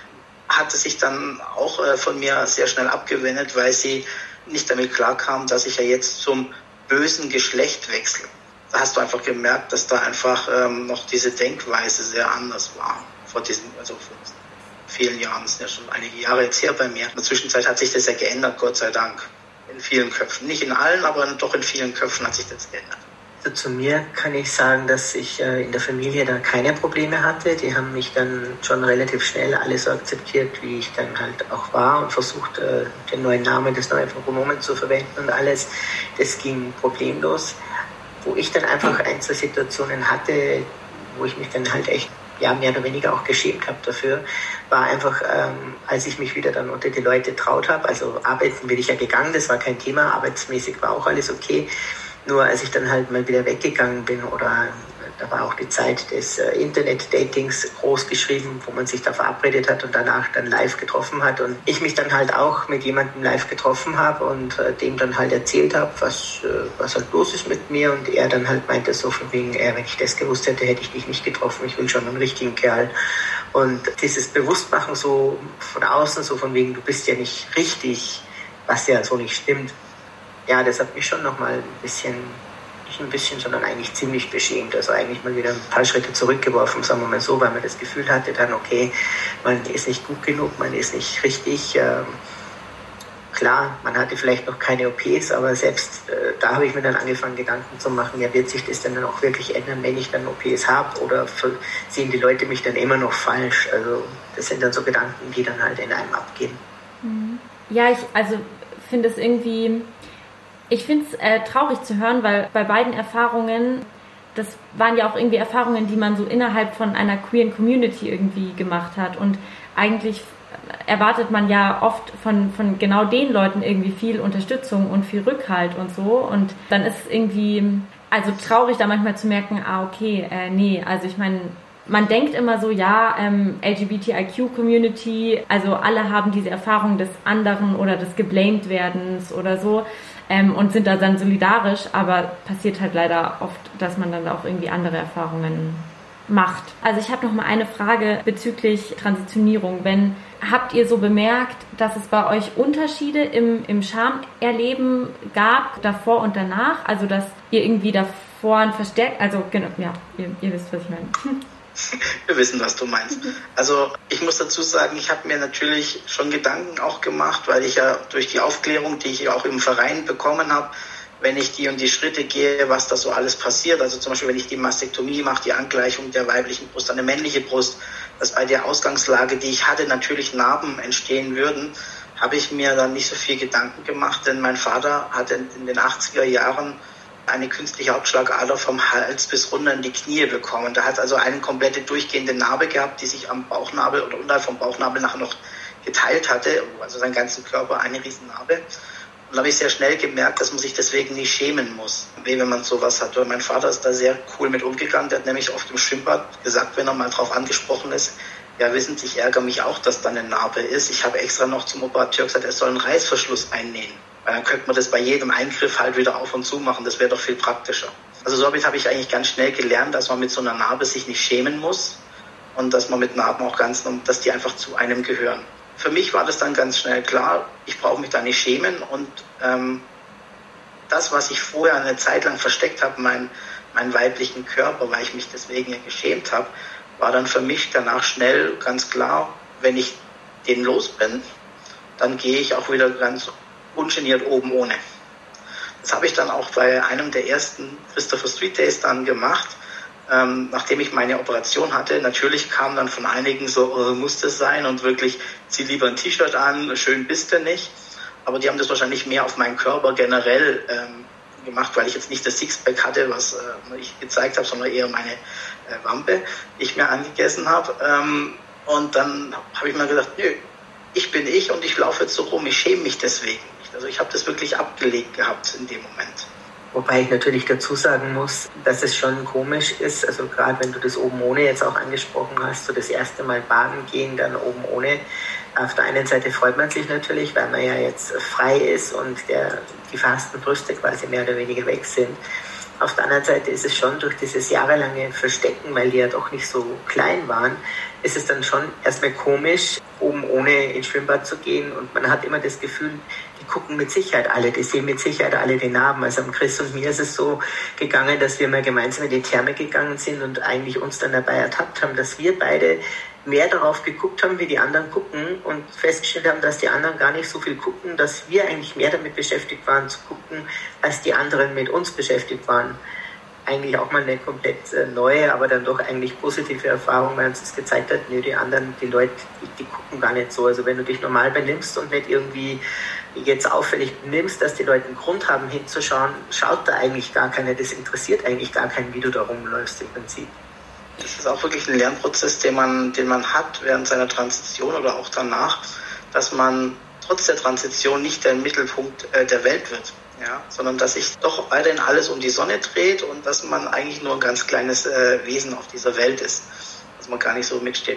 hatte sich dann auch äh, von mir sehr schnell abgewendet, weil sie nicht damit klarkam, dass ich ja jetzt zum bösen Geschlecht wechsle. Da hast du einfach gemerkt, dass da einfach ähm, noch diese Denkweise sehr anders war vor diesen, also vor vielen Jahren. Das sind ja schon einige Jahre jetzt her bei mir. In der Zwischenzeit hat sich das ja geändert, Gott sei Dank. In vielen Köpfen. Nicht in allen, aber doch in vielen Köpfen hat sich das geändert. Also zu mir kann ich sagen, dass ich äh, in der Familie da keine Probleme hatte. Die haben mich dann schon relativ schnell alles so akzeptiert, wie ich dann halt auch war und versucht, äh, den neuen Namen, das neue Pronomen zu verwenden und alles. Das ging problemlos. Wo ich dann einfach Einzelsituationen hatte, wo ich mich dann halt echt ja, mehr oder weniger auch geschämt habe dafür, war einfach, ähm, als ich mich wieder dann unter die Leute traut habe, also arbeiten bin ich ja gegangen, das war kein Thema, arbeitsmäßig war auch alles okay, nur als ich dann halt mal wieder weggegangen bin oder da war auch die Zeit des äh, Internet-Datings groß geschrieben, wo man sich da verabredet hat und danach dann live getroffen hat und ich mich dann halt auch mit jemandem live getroffen habe und äh, dem dann halt erzählt habe, was, äh, was halt los ist mit mir und er dann halt meinte so von wegen, äh, wenn ich das gewusst hätte, hätte ich dich nicht getroffen, ich will schon einen richtigen Kerl. Und dieses Bewusstmachen so von außen, so von wegen, du bist ja nicht richtig, was ja so nicht stimmt, ja, das hat mich schon nochmal ein bisschen, nicht ein bisschen, sondern eigentlich ziemlich beschämt. Also eigentlich mal wieder ein paar Schritte zurückgeworfen, sagen wir mal so, weil man das Gefühl hatte dann, okay, man ist nicht gut genug, man ist nicht richtig. Ähm, klar, man hatte vielleicht noch keine O Ps, aber selbst äh, da habe ich mir dann angefangen, Gedanken zu machen, ja, wird sich das dann auch wirklich ändern, wenn ich dann O Ps habe oder für, sehen die Leute mich dann immer noch falsch? Also das sind dann so Gedanken, die dann halt in einem abgehen. Ja, ich also finde es irgendwie... Ich finde es äh, traurig zu hören, weil bei beiden Erfahrungen, das waren ja auch irgendwie Erfahrungen, die man so innerhalb von einer queeren Community irgendwie gemacht hat. Und eigentlich erwartet man ja oft von, von genau den Leuten irgendwie viel Unterstützung und viel Rückhalt und so. Und dann ist es irgendwie, also traurig da manchmal zu merken, ah okay, äh, nee, also ich meine, man denkt immer so, ja, ähm, L G B T I Q-Community, also alle haben diese Erfahrung des anderen oder des Geblamed-Werdens oder so. Ähm, und sind da dann solidarisch, aber passiert halt leider oft, dass man dann auch irgendwie andere Erfahrungen macht. Also ich habe noch mal eine Frage bezüglich Transitionierung. Wenn, habt ihr so bemerkt, dass es bei euch Unterschiede im, im Schamerleben gab, davor und danach? Also dass ihr irgendwie davor ein verstärkt, also genau, ja, ihr, ihr wisst, was ich meine. Wir wissen, was du meinst. Also ich muss dazu sagen, ich habe mir natürlich schon Gedanken auch gemacht, weil ich ja durch die Aufklärung, die ich ja auch im Verein bekommen habe, wenn ich die und die Schritte gehe, was da so alles passiert. Also zum Beispiel, wenn ich die Mastektomie mache, die Angleichung der weiblichen Brust an eine männliche Brust, dass bei der Ausgangslage, die ich hatte, natürlich Narben entstehen würden, habe ich mir dann nicht so viel Gedanken gemacht, denn mein Vater hatte in den achtziger Jahren eine künstliche Hauptschlagader vom Hals bis runter in die Knie bekommen. Da hat also eine komplette durchgehende Narbe gehabt, die sich am Bauchnabel oder unterhalb vom Bauchnabel nachher noch geteilt hatte, also seinen ganzen Körper, eine riesen Narbe. Und da habe ich sehr schnell gemerkt, dass man sich deswegen nicht schämen muss, wenn man sowas hat. Weil mein Vater ist da sehr cool mit umgegangen. Der hat nämlich oft im Schwimmbad gesagt, wenn er mal drauf angesprochen ist, ja, wissen Sie, ich ärgere mich auch, dass da eine Narbe ist. Ich habe extra noch zum Operateur gesagt, er soll einen Reißverschluss einnähen. Weil dann könnte man das bei jedem Eingriff halt wieder auf und zu machen. Das wäre doch viel praktischer. Also somit habe ich eigentlich ganz schnell gelernt, dass man mit so einer Narbe sich nicht schämen muss und dass man mit Narben auch ganz, dass die einfach zu einem gehören. Für mich war das dann ganz schnell klar, ich brauche mich da nicht schämen und ähm, das, was ich vorher eine Zeit lang versteckt habe, mein, meinen weiblichen Körper, weil ich mich deswegen geschämt habe, war dann für mich danach schnell ganz klar, wenn ich den los bin, dann gehe ich auch wieder ganz ungeniert oben ohne. Das habe ich dann auch bei einem der ersten Christopher Street Days dann gemacht, ähm, nachdem ich meine Operation hatte. Natürlich kam dann von einigen so, oh, muss das sein und wirklich, zieh lieber ein T-Shirt an, schön bist du nicht. Aber die haben das wahrscheinlich mehr auf meinen Körper generell ähm, gemacht, weil ich jetzt nicht das Sixpack hatte, was äh, ich gezeigt habe, sondern eher meine äh, Wampe, die ich mir angegessen habe. Ähm, und dann habe ich mir gedacht, nö, ich bin ich und ich laufe jetzt so rum, ich schäme mich deswegen nicht. Also ich habe das wirklich abgelegt gehabt in dem Moment. Wobei ich natürlich dazu sagen muss, dass es schon komisch ist, also gerade wenn du das oben ohne jetzt auch angesprochen hast, so das erste Mal baden gehen, dann oben ohne. Auf der einen Seite freut man sich natürlich, weil man ja jetzt frei ist und der, die verhassten Brüste quasi mehr oder weniger weg sind. Auf der anderen Seite ist es schon durch dieses jahrelange Verstecken, weil die ja doch nicht so klein waren, ist es dann schon erstmal komisch, oben ohne ins Schwimmbad zu gehen. Und man hat immer das Gefühl, die gucken mit Sicherheit alle, die sehen mit Sicherheit alle den Narben. Also am Chris und mir ist es so gegangen, dass wir mal gemeinsam in die Therme gegangen sind und eigentlich uns dann dabei ertappt haben, dass wir beide mehr darauf geguckt haben, wie die anderen gucken und festgestellt haben, dass die anderen gar nicht so viel gucken, dass wir eigentlich mehr damit beschäftigt waren zu gucken, als die anderen mit uns beschäftigt waren. Eigentlich auch mal eine komplett neue, aber dann doch eigentlich positive Erfahrung, weil uns das gezeigt hat, nö, die anderen, die Leute, die, die gucken gar nicht so. Also wenn du dich normal benimmst und nicht irgendwie jetzt auffällig benimmst, dass die Leute einen Grund haben hinzuschauen, schaut da eigentlich gar keiner, das interessiert eigentlich gar keinen, wie du da rumläufst im Prinzip. Das ist auch wirklich ein Lernprozess, den man, den man hat während seiner Transition oder auch danach, dass man trotz der Transition nicht der Mittelpunkt äh, der Welt wird, ja, sondern dass sich doch weiterhin alles um die Sonne dreht und dass man eigentlich nur ein ganz kleines äh, Wesen auf dieser Welt ist, dass man gar nicht so mitsteht.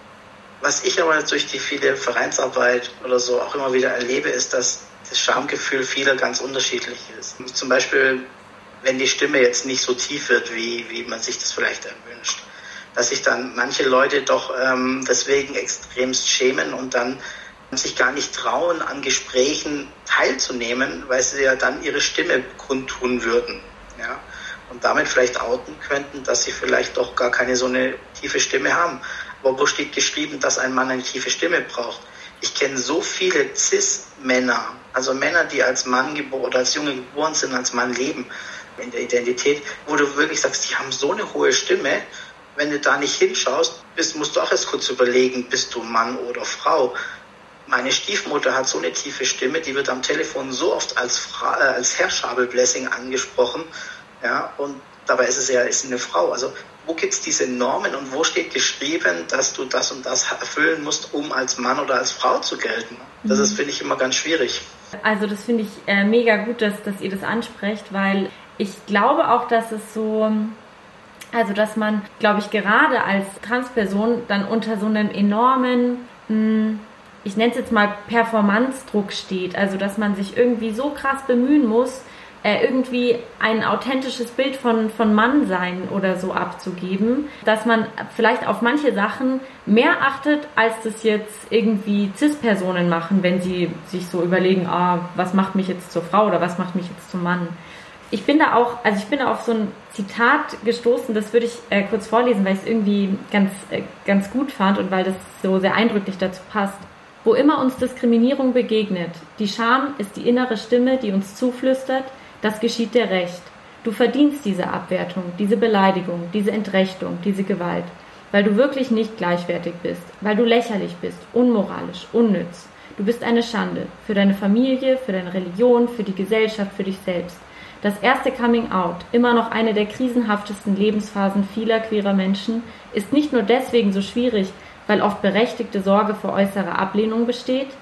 Was ich aber durch die viele Vereinsarbeit oder so auch immer wieder erlebe, ist, dass das Schamgefühl vieler ganz unterschiedlich ist. Zum Beispiel, wenn die Stimme jetzt nicht so tief wird, wie, wie man sich das vielleicht erwünscht, dass sich dann manche Leute doch ähm, deswegen extremst schämen und dann sich gar nicht trauen, an Gesprächen teilzunehmen, weil sie ja dann ihre Stimme kundtun würden. Ja? Und damit vielleicht outen könnten, dass sie vielleicht doch gar keine so eine tiefe Stimme haben. Aber wo steht geschrieben, dass ein Mann eine tiefe Stimme braucht? Ich kenne so viele Cis-Männer, also Männer, die als Mann geboren oder als Junge geboren sind, als Mann leben in der Identität, wo du wirklich sagst, die haben so eine hohe Stimme. Wenn du da nicht hinschaust, bist, musst du auch erst kurz überlegen, bist du Mann oder Frau. Meine Stiefmutter hat so eine tiefe Stimme, die wird am Telefon so oft als, Fra- äh, als Herr Schabel-Blessing angesprochen. Ja, und dabei ist es ja ist eine Frau. Also wo gibt es diese Normen und wo steht geschrieben, dass du das und das erfüllen musst, um als Mann oder als Frau zu gelten? Das ist, finde ich, immer ganz schwierig. Also das finde ich äh, mega gut, dass, dass ihr das ansprecht, weil ich glaube auch, dass es so... Also, dass man, glaube ich, gerade als Transperson dann unter so einem enormen, ich nenne es jetzt mal Performanzdruck steht. Also, dass man sich irgendwie so krass bemühen muss, irgendwie ein authentisches Bild von, von Mannsein oder so abzugeben, dass man vielleicht auf manche Sachen mehr achtet, als das jetzt irgendwie Cis-Personen machen, wenn sie sich so überlegen, ah, was macht mich jetzt zur Frau oder was macht mich jetzt zum Mann. Ich bin da auch, also ich bin da auf so ein Zitat gestoßen, das würde ich äh, kurz vorlesen, weil ich es irgendwie ganz, äh, ganz gut fand und weil das so sehr eindrücklich dazu passt. Wo immer uns Diskriminierung begegnet, die Scham ist die innere Stimme, die uns zuflüstert, das geschieht dir recht. Du verdienst diese Abwertung, diese Beleidigung, diese Entrechtung, diese Gewalt, weil du wirklich nicht gleichwertig bist, weil du lächerlich bist, unmoralisch, unnütz. Du bist eine Schande für deine Familie, für deine Religion, für die Gesellschaft, für dich selbst. Das erste Coming Out, immer noch eine der krisenhaftesten Lebensphasen vieler queerer Menschen, ist nicht nur deswegen so schwierig, weil oft berechtigte Sorge vor äußerer Ablehnung besteht.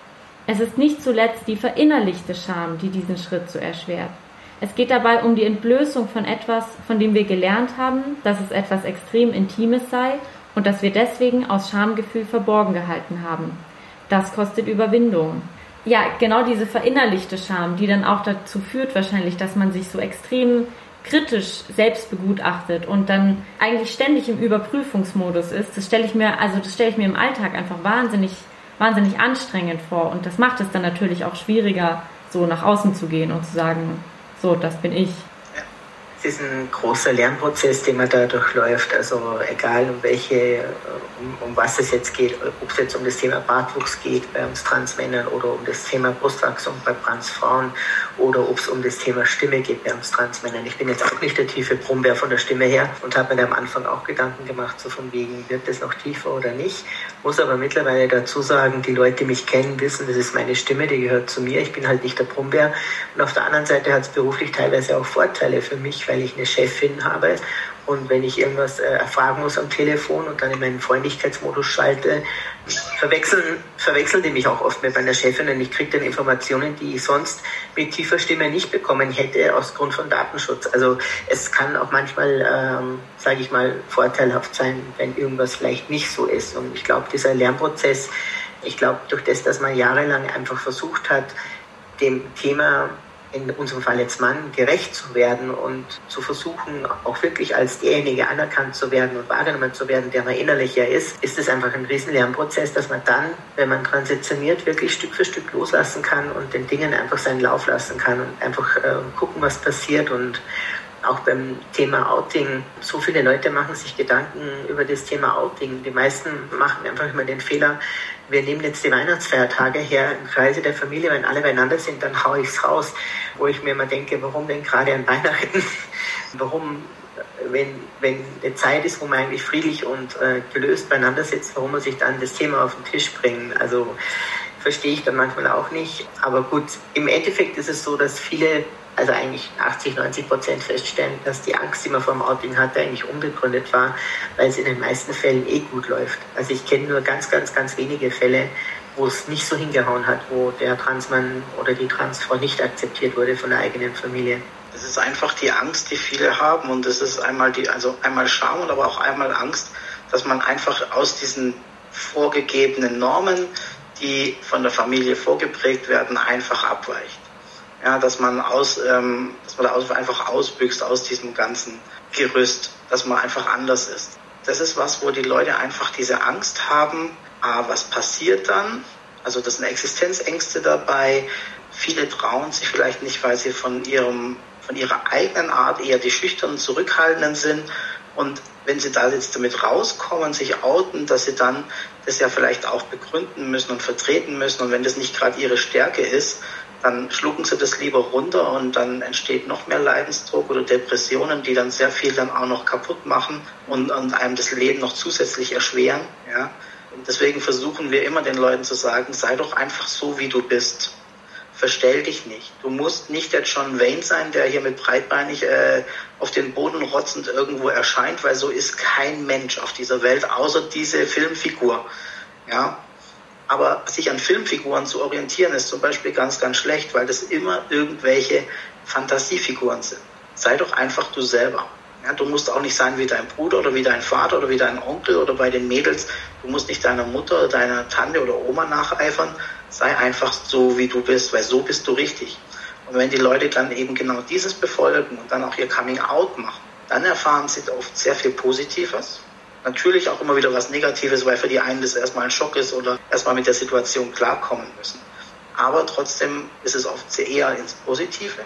Es ist nicht zuletzt die verinnerlichte Scham, die diesen Schritt so erschwert. Es geht dabei um die Entblößung von etwas, von dem wir gelernt haben, dass es etwas extrem Intimes sei und das wir deswegen aus Schamgefühl verborgen gehalten haben. Das kostet Überwindung. Ja, genau diese verinnerlichte Scham, die dann auch dazu führt wahrscheinlich, dass man sich so extrem kritisch selbst begutachtet und dann eigentlich ständig im Überprüfungsmodus ist. Das stelle ich mir, also das stelle ich mir im Alltag einfach wahnsinnig, wahnsinnig anstrengend vor und das macht es dann natürlich auch schwieriger, so nach außen zu gehen und zu sagen, so, das bin ich. Es ist ein großer Lernprozess, den man da durchläuft. Also egal um welche, um, um was es jetzt geht, ob es jetzt um das Thema Bartwuchs geht bei uns Transmännern oder um das Thema Brustwachstum bei Transfrauen oder ob es um das Thema Stimme geht bei uns Transmännern. Ich bin jetzt auch nicht der tiefe Brummbär von der Stimme her und habe mir da am Anfang auch Gedanken gemacht, so von wegen, wird das noch tiefer oder nicht. Muss aber mittlerweile dazu sagen, die Leute, die mich kennen, wissen, das ist meine Stimme, die gehört zu mir. Ich bin halt nicht der Brummbär. Und auf der anderen Seite hat es beruflich teilweise auch Vorteile für mich, weil ich eine Chefin habe und wenn ich irgendwas äh, erfragen muss am Telefon und dann in meinen Freundlichkeitsmodus schalte, verwechseln, verwechseln die mich auch oft mit meiner Chefin und ich kriege dann Informationen, die ich sonst mit tiefer Stimme nicht bekommen hätte aus Grund von Datenschutz. Also es kann auch manchmal, ähm, sage ich mal, vorteilhaft sein, wenn irgendwas vielleicht nicht so ist. Und ich glaube, dieser Lernprozess, ich glaube, durch das, dass man jahrelang einfach versucht hat, dem Thema, in unserem Fall jetzt Mann, gerecht zu werden und zu versuchen, auch wirklich als derjenige anerkannt zu werden und wahrgenommen zu werden, der man innerlich ja ist, ist es einfach ein riesen Lernprozess, dass man dann, wenn man transitioniert, wirklich Stück für Stück loslassen kann und den Dingen einfach seinen Lauf lassen kann und einfach äh, gucken, was passiert. Und auch beim Thema Outing, so viele Leute machen sich Gedanken über das Thema Outing. Die meisten machen einfach immer den Fehler, wir nehmen jetzt die Weihnachtsfeiertage her im Kreise der Familie, wenn alle beieinander sind, dann haue ich es raus. Wo ich mir immer denke, warum denn gerade an Weihnachten? Warum, wenn, wenn eine Zeit ist, wo man eigentlich friedlich und äh, gelöst beieinander sitzt, warum muss ich dann das Thema auf den Tisch bringen? Also verstehe ich dann manchmal auch nicht. Aber gut, im Endeffekt ist es so, dass viele, also eigentlich achtzig, neunzig Prozent feststellen, dass die Angst, die man vor dem Outing hatte, eigentlich unbegründet war, weil es in den meisten Fällen eh gut läuft. Also ich kenne nur ganz, ganz, ganz wenige Fälle, wo es nicht so hingehauen hat, wo der Transmann oder die Transfrau nicht akzeptiert wurde von der eigenen Familie. Es ist einfach die Angst, die viele haben und es ist einmal die, also einmal Scham und aber auch einmal Angst, dass man einfach aus diesen vorgegebenen Normen, die von der Familie vorgeprägt werden, einfach abweicht. Ja, dass man aus, ähm, dass man da aus, einfach ausbüchst aus diesem ganzen Gerüst, dass man einfach anders ist. Das ist was, wo die Leute einfach diese Angst haben. Ah, was passiert dann? Also das sind Existenzängste dabei. Viele trauen sich vielleicht nicht, weil sie von ihrem, von ihrer eigenen Art eher die schüchternen, zurückhaltenden sind. Und wenn sie da jetzt damit rauskommen, sich outen, dass sie dann das ja vielleicht auch begründen müssen und vertreten müssen. Und wenn das nicht gerade ihre Stärke ist, dann schlucken sie das lieber runter und dann entsteht noch mehr Leidensdruck oder Depressionen, die dann sehr viel dann auch noch kaputt machen und, und einem das Leben noch zusätzlich erschweren. Ja. Und deswegen versuchen wir immer den Leuten zu sagen, sei doch einfach so, wie du bist. Verstell dich nicht. Du musst nicht der John Wayne sein, der hier mit breitbeinig äh, auf den Boden rotzend irgendwo erscheint, weil so ist kein Mensch auf dieser Welt, außer diese Filmfigur. Ja. Aber sich an Filmfiguren zu orientieren, ist zum Beispiel ganz, ganz schlecht, weil das immer irgendwelche Fantasiefiguren sind. Sei doch einfach du selber. Ja, du musst auch nicht sein wie dein Bruder oder wie dein Vater oder wie dein Onkel oder bei den Mädels. Du musst nicht deiner Mutter oder deiner Tante oder Oma nacheifern. Sei einfach so, wie du bist, weil so bist du richtig. Und wenn die Leute dann eben genau dieses befolgen und dann auch ihr Coming-out machen, dann erfahren sie oft sehr viel Positives. Natürlich auch immer wieder was Negatives, weil für die einen das erstmal ein Schock ist oder erstmal mit der Situation klarkommen müssen. Aber trotzdem ist es oft sehr eher ins Positive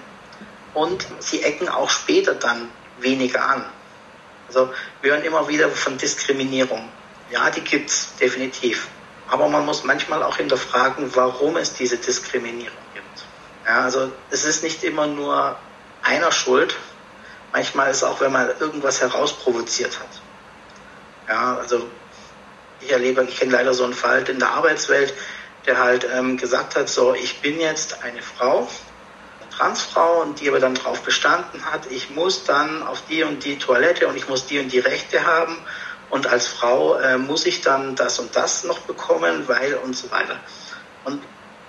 und sie ecken auch später dann weniger an. Also wir hören immer wieder von Diskriminierung. Ja, die gibt's definitiv. Aber man muss manchmal auch hinterfragen, warum es diese Diskriminierung gibt. Ja, also es ist nicht immer nur einer schuld. Manchmal ist es auch, wenn man irgendwas herausprovoziert hat. Ja, also ich erlebe, ich kenne leider so einen Fall in der Arbeitswelt, der halt ähm, gesagt hat, so, ich bin jetzt eine Frau, eine Transfrau, und die aber dann darauf bestanden hat, ich muss dann auf die und die Toilette und ich muss die und die Rechte haben und als Frau äh, muss ich dann das und das noch bekommen, weil und so weiter. Und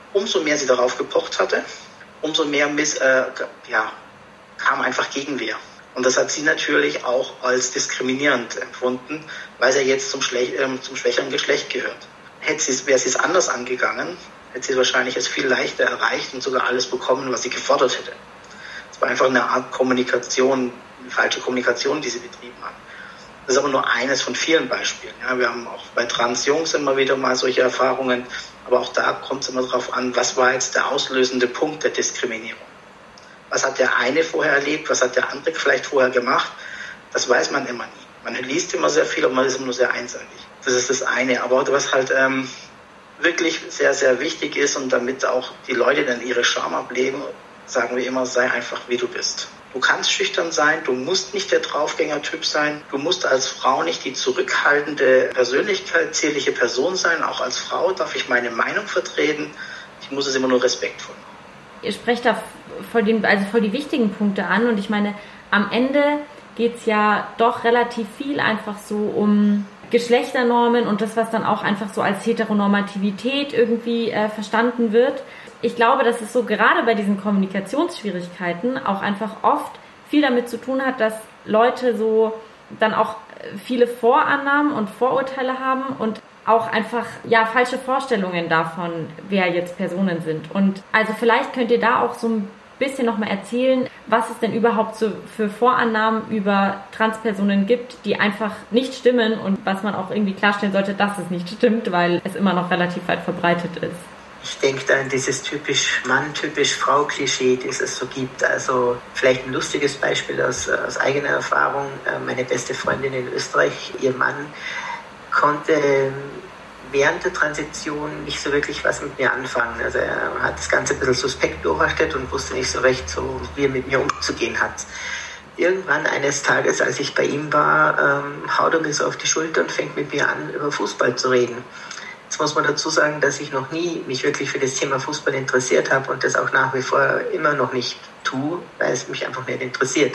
umso mehr sie darauf gepocht hatte, umso mehr miss, äh, ja, kam einfach Gegenwehr. Und das hat sie natürlich auch als diskriminierend empfunden, weil sie jetzt zum, Schle- äh, zum schwächeren Geschlecht gehört. Hätte sie, wäre sie es anders angegangen, hätte sie es wahrscheinlich jetzt viel leichter erreicht und sogar alles bekommen, was sie gefordert hätte. Es war einfach eine Art Kommunikation, eine falsche Kommunikation, die sie betrieben hat. Das ist aber nur eines von vielen Beispielen. Ja, wir haben auch bei Trans-Jungs immer wieder mal solche Erfahrungen, aber auch da kommt es immer darauf an, was war jetzt der auslösende Punkt der Diskriminierung. Was hat der eine vorher erlebt, was hat der andere vielleicht vorher gemacht, das weiß man immer nie. Man liest immer sehr viel, aber man ist immer nur sehr einseitig. Das ist das eine. Aber was halt ähm, wirklich sehr, sehr wichtig ist und damit auch die Leute dann ihre Scham ablegen, sagen wir immer, sei einfach wie du bist. Du kannst schüchtern sein, du musst nicht der Draufgänger-Typ sein, du musst als Frau nicht die zurückhaltende, persönlichkeitszierliche Person sein. Auch als Frau darf ich meine Meinung vertreten. Ich muss es immer nur respektvoll machen. Ihr sprecht da voll, den, also voll die wichtigen Punkte an und ich meine, am Ende geht es ja doch relativ viel einfach so um Geschlechternormen und das, was dann auch einfach so als Heteronormativität irgendwie äh, verstanden wird. Ich glaube, dass es so gerade bei diesen Kommunikationsschwierigkeiten auch einfach oft viel damit zu tun hat, dass Leute so dann auch viele Vorannahmen und Vorurteile haben und auch einfach ja falsche Vorstellungen davon, wer jetzt Personen sind. Und also vielleicht könnt ihr da auch so ein bisschen nochmal erzählen, was es denn überhaupt so für Vorannahmen über Transpersonen gibt, die einfach nicht stimmen und was man auch irgendwie klarstellen sollte, dass es nicht stimmt, weil es immer noch relativ weit verbreitet ist. Ich denke da an dieses typisch Mann, typisch Frau-Klischee, das es so gibt. Also vielleicht ein lustiges Beispiel aus, aus eigener Erfahrung. Meine beste Freundin in Österreich, ihr Mann, konnte während der Transition nicht so wirklich was mit mir anfangen. Also er hat das Ganze ein bisschen suspekt beobachtet und wusste nicht so recht, so, wie er mit mir umzugehen hat. Irgendwann eines Tages, als ich bei ihm war, ähm, haut er mir so auf die Schulter und fängt mit mir an, über Fußball zu reden. Jetzt muss man dazu sagen, dass ich noch nie mich wirklich für das Thema Fußball interessiert habe und das auch nach wie vor immer noch nicht tue, weil es mich einfach nicht interessiert.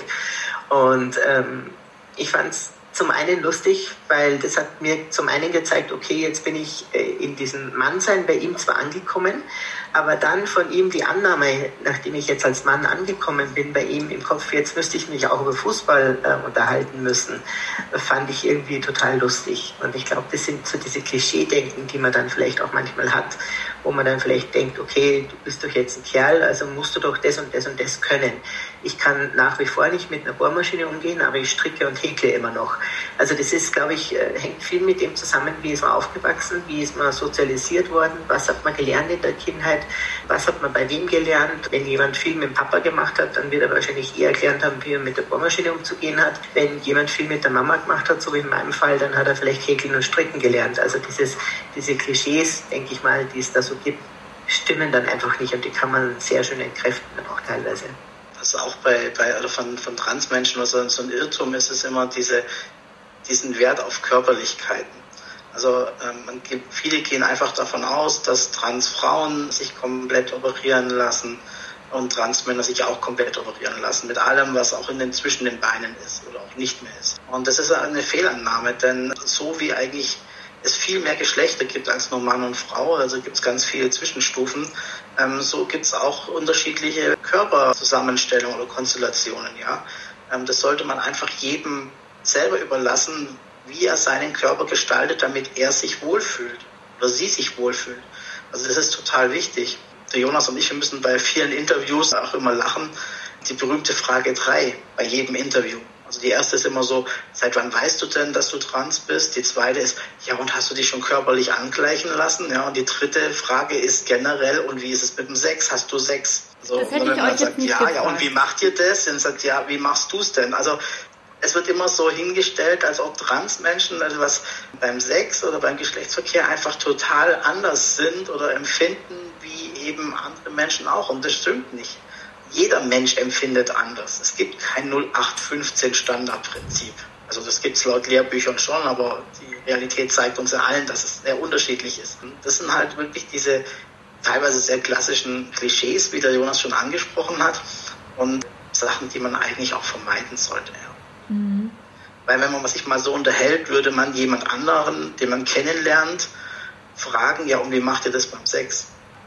Und ähm, ich fand es zum einen lustig, weil das hat mir zum einen gezeigt, okay, jetzt bin ich äh, in diesem Mannsein bei ihm zwar angekommen, aber dann von ihm die Annahme, nachdem ich jetzt als Mann angekommen bin bei ihm im Kopf, jetzt müsste ich mich auch über Fußball äh, unterhalten müssen, fand ich irgendwie total lustig. Und ich glaube, das sind so diese Klischee-Denken, die man dann vielleicht auch manchmal hat, wo man dann vielleicht denkt, okay, du bist doch jetzt ein Kerl, also musst du doch das und das und das können. Ich kann nach wie vor nicht mit einer Bohrmaschine umgehen, aber ich stricke und häkle immer noch. Also das ist, glaube ich, hängt viel mit dem zusammen, wie ist man aufgewachsen, wie ist man sozialisiert worden, was hat man gelernt in der Kindheit, was hat man bei wem gelernt. Wenn jemand viel mit dem Papa gemacht hat, dann wird er wahrscheinlich eher gelernt haben, wie er mit der Bohrmaschine umzugehen hat. Wenn jemand viel mit der Mama gemacht hat, so wie in meinem Fall, dann hat er vielleicht Häkeln und Stricken gelernt. Also dieses, diese Klischees, denke ich mal, die es da so gibt, stimmen dann einfach nicht und die kann man sehr schön entkräften, auch teilweise. Also auch bei, bei also von, von Transmenschen, was so ein Irrtum ist, ist immer diese, diesen Wert auf Körperlichkeiten. Also ähm, man gibt, viele gehen einfach davon aus, dass Transfrauen sich komplett operieren lassen und Transmänner sich auch komplett operieren lassen, mit allem, was auch in den, zwischen den Beinen ist oder auch nicht mehr ist. Und das ist eine Fehlannahme, denn so wie eigentlich es viel mehr Geschlechter gibt als nur Mann und Frau, also gibt es ganz viele Zwischenstufen, ähm, so gibt es auch unterschiedliche Körperzusammenstellungen oder Konstellationen. Ja? Ähm, das sollte man einfach jedem selber überlassen, wie er seinen Körper gestaltet, damit er sich wohlfühlt oder sie sich wohlfühlt. Also das ist total wichtig. Der Jonas und ich, wir müssen bei vielen Interviews auch immer lachen. Die berühmte Frage drei bei jedem Interview. Also die erste ist immer so, seit wann weißt du denn, dass du trans bist? Die zweite ist, ja, und hast du dich schon körperlich angleichen lassen? Ja, und die dritte Frage ist generell, und wie ist es mit dem Sex? Hast du Sex? Also, das hätte ich euch jetzt nicht ja, gefragt. Ja, und wie macht ihr das? Und sagt, ja, wie machst du es denn? Also es wird immer so hingestellt, als ob Transmenschen, also was beim Sex oder beim Geschlechtsverkehr einfach total anders sind oder empfinden wie eben andere Menschen auch. Und das stimmt nicht. Jeder Mensch empfindet anders. Es gibt kein null acht fünfzehn Standardprinzip. Also das gibt es laut Lehrbüchern schon, aber die Realität zeigt uns ja allen, dass es sehr unterschiedlich ist. Und das sind halt wirklich diese teilweise sehr klassischen Klischees, wie der Jonas schon angesprochen hat, und Sachen, die man eigentlich auch vermeiden sollte. Ja. Mhm. Weil wenn man sich mal so unterhält, würde man jemand anderen, den man kennenlernt, fragen, ja, und wie macht ihr das beim Sex?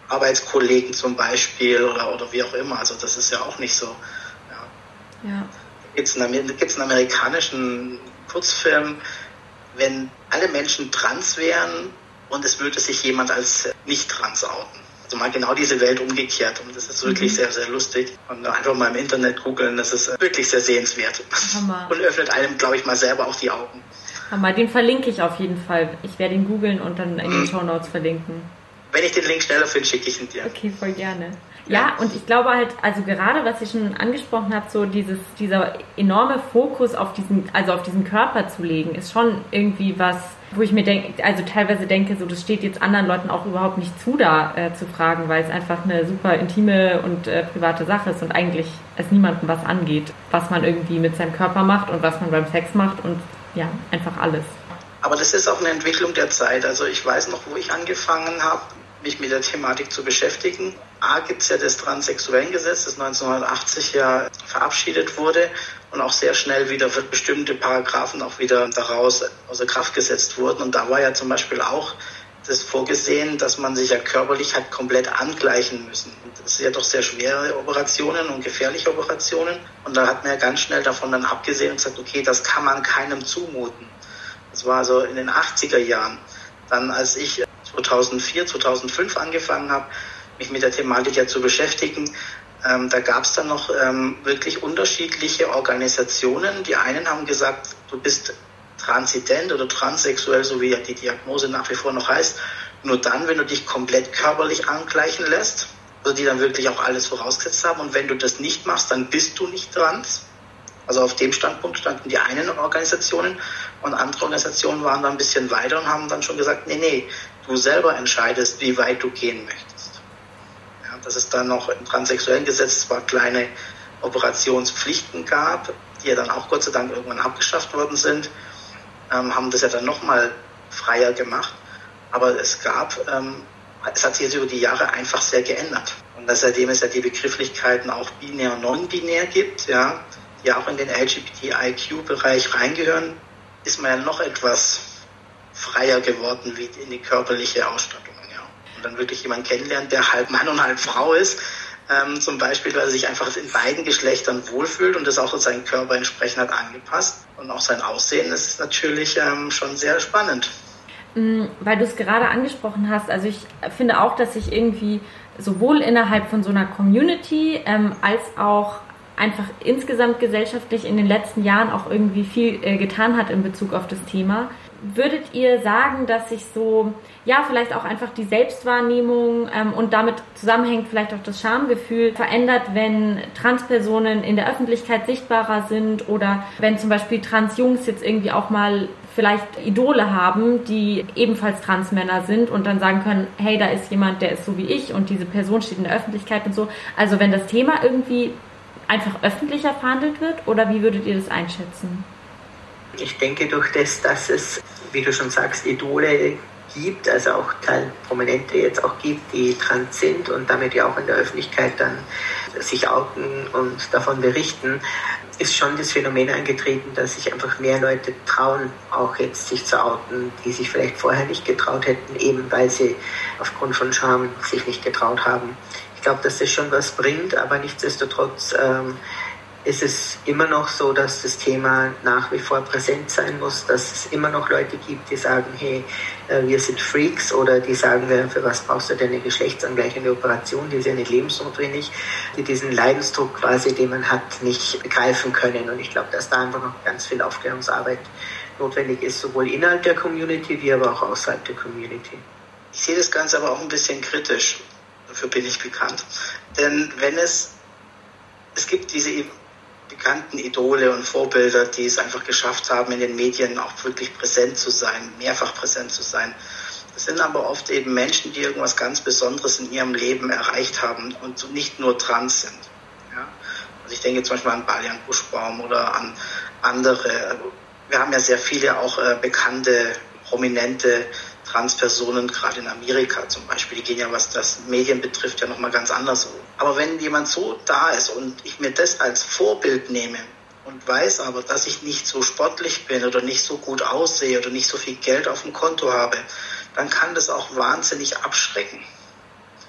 Arbeitskollegen zum Beispiel oder, oder wie auch immer. Also das ist ja auch nicht so. Ja. Ja. Da gibt es einen, einen amerikanischen Kurzfilm, wenn alle Menschen trans wären und es würde sich jemand als nicht trans outen. Also mal genau diese Welt umgekehrt. Und das ist wirklich mhm. sehr, sehr lustig. Und einfach mal im Internet googeln, das ist wirklich sehr sehenswert. Hammer. Und öffnet einem, glaube ich, mal selber auch die Augen. Hammer, den verlinke ich auf jeden Fall. Ich werde ihn googeln und dann in den mhm. Shownotes verlinken. Wenn ich den Link schneller finde, schicke ich ihn dir. Okay, voll gerne. Ja, ja, und ich glaube halt, also gerade, was ihr schon angesprochen habt, so dieses, dieser enorme Fokus auf diesen, also auf diesen Körper zu legen, ist schon irgendwie was, wo ich mir denke, also teilweise denke, so das steht jetzt anderen Leuten auch überhaupt nicht zu, da äh, zu fragen, weil es einfach eine super intime und äh, private Sache ist und eigentlich es niemandem was angeht, was man irgendwie mit seinem Körper macht und was man beim Sex macht und ja, einfach alles. Aber das ist auch eine Entwicklung der Zeit. Also ich weiß noch, wo ich angefangen habe, mich mit der Thematik zu beschäftigen. A, gibt es ja das Transsexuellengesetz, das neunzehnhundertachtzig ja verabschiedet wurde und auch sehr schnell wieder für bestimmte Paragraphen auch wieder daraus außer Kraft gesetzt wurden. Und da war ja zum Beispiel auch das vorgesehen, dass man sich ja körperlich hat komplett angleichen müssen. Und das sind ja doch sehr schwere Operationen und gefährliche Operationen. Und da hat man ja ganz schnell davon dann abgesehen und gesagt, okay, das kann man keinem zumuten. Das war so in den achtziger Jahren. Dann, als ich zweitausendvier, zweitausendfünf angefangen habe, mich mit der Thematik ja zu beschäftigen, ähm, da gab es dann noch ähm, wirklich unterschiedliche Organisationen. Die einen haben gesagt, du bist transident oder transsexuell, so wie die Diagnose nach wie vor noch heißt, nur dann, wenn du dich komplett körperlich angleichen lässt, also die dann wirklich auch alles vorausgesetzt haben. Und wenn du das nicht machst, dann bist du nicht trans. Also auf dem Standpunkt standen die einen Organisationen und andere Organisationen waren da ein bisschen weiter und haben dann schon gesagt, nee, nee, du selber entscheidest, wie weit du gehen möchtest. Ja, dass es dann noch im transsexuellen Gesetz zwar kleine Operationspflichten gab, die ja dann auch Gott sei Dank irgendwann abgeschafft worden sind, ähm, haben das ja dann nochmal freier gemacht. Aber es gab, ähm, es hat sich jetzt über die Jahre einfach sehr geändert. Und seitdem es ja die Begrifflichkeiten auch binär und non-binär gibt, ja, die auch in den L G B T I Q-Bereich reingehören, ist man ja noch etwas freier geworden wie in die körperliche Ausstattung. Ja. Und dann wirklich jemanden kennenlernt, der halb Mann und halb Frau ist, ähm, zum Beispiel, weil er sich einfach in beiden Geschlechtern wohlfühlt und das auch seinen Körper entsprechend hat angepasst. Und auch sein Aussehen ist natürlich ähm, schon sehr spannend. Weil du es gerade angesprochen hast, also ich finde auch, dass sich irgendwie sowohl innerhalb von so einer Community ähm, als auch einfach insgesamt gesellschaftlich in den letzten Jahren auch irgendwie viel äh, getan hat in Bezug auf das Thema. Würdet ihr sagen, dass sich so, ja, vielleicht auch einfach die Selbstwahrnehmung ähm, und damit zusammenhängt vielleicht auch das Schamgefühl verändert, wenn Transpersonen in der Öffentlichkeit sichtbarer sind oder wenn zum Beispiel Transjungs jetzt irgendwie auch mal vielleicht Idole haben, die ebenfalls Transmänner sind und dann sagen können, hey, da ist jemand, der ist so wie ich und diese Person steht in der Öffentlichkeit und so. Also wenn das Thema irgendwie einfach öffentlicher verhandelt wird oder wie würdet ihr das einschätzen? Ich denke, durch das, dass es, wie du schon sagst, Idole gibt, also auch Prominente jetzt auch gibt, die trans sind und damit ja auch in der Öffentlichkeit dann sich outen und davon berichten, ist schon das Phänomen eingetreten, dass sich einfach mehr Leute trauen, auch jetzt sich zu outen, die sich vielleicht vorher nicht getraut hätten, eben weil sie aufgrund von Scham sich nicht getraut haben. Ich glaube, dass das schon was bringt, aber nichtsdestotrotz ähm, ist es immer noch so, dass das Thema nach wie vor präsent sein muss, dass es immer noch Leute gibt, die sagen, hey, wir sind Freaks oder die sagen, für was brauchst du denn eine geschlechtsangleichende Operation, die ist ja nicht lebensnotwendig, die diesen Leidensdruck quasi, den man hat, nicht begreifen können. Und ich glaube, dass da einfach noch ganz viel Aufklärungsarbeit notwendig ist, sowohl innerhalb der Community wie aber auch außerhalb der Community. Ich sehe das Ganze aber auch ein bisschen kritisch, dafür bin ich bekannt. Denn wenn es, es gibt diese bekannten Idole und Vorbilder, die es einfach geschafft haben, in den Medien auch wirklich präsent zu sein, mehrfach präsent zu sein. Das sind aber oft eben Menschen, die irgendwas ganz Besonderes in ihrem Leben erreicht haben und nicht nur trans sind. Ja? Also ich denke zum Beispiel an Balian Buschbaum oder an andere. Wir haben ja sehr viele auch äh, bekannte, prominente Transpersonen, gerade in Amerika zum Beispiel, die gehen ja, was das Medien betrifft, ja nochmal ganz anders um. Aber wenn jemand so da ist und ich mir das als Vorbild nehme und weiß aber, dass ich nicht so sportlich bin oder nicht so gut aussehe oder nicht so viel Geld auf dem Konto habe, dann kann das auch wahnsinnig abschrecken.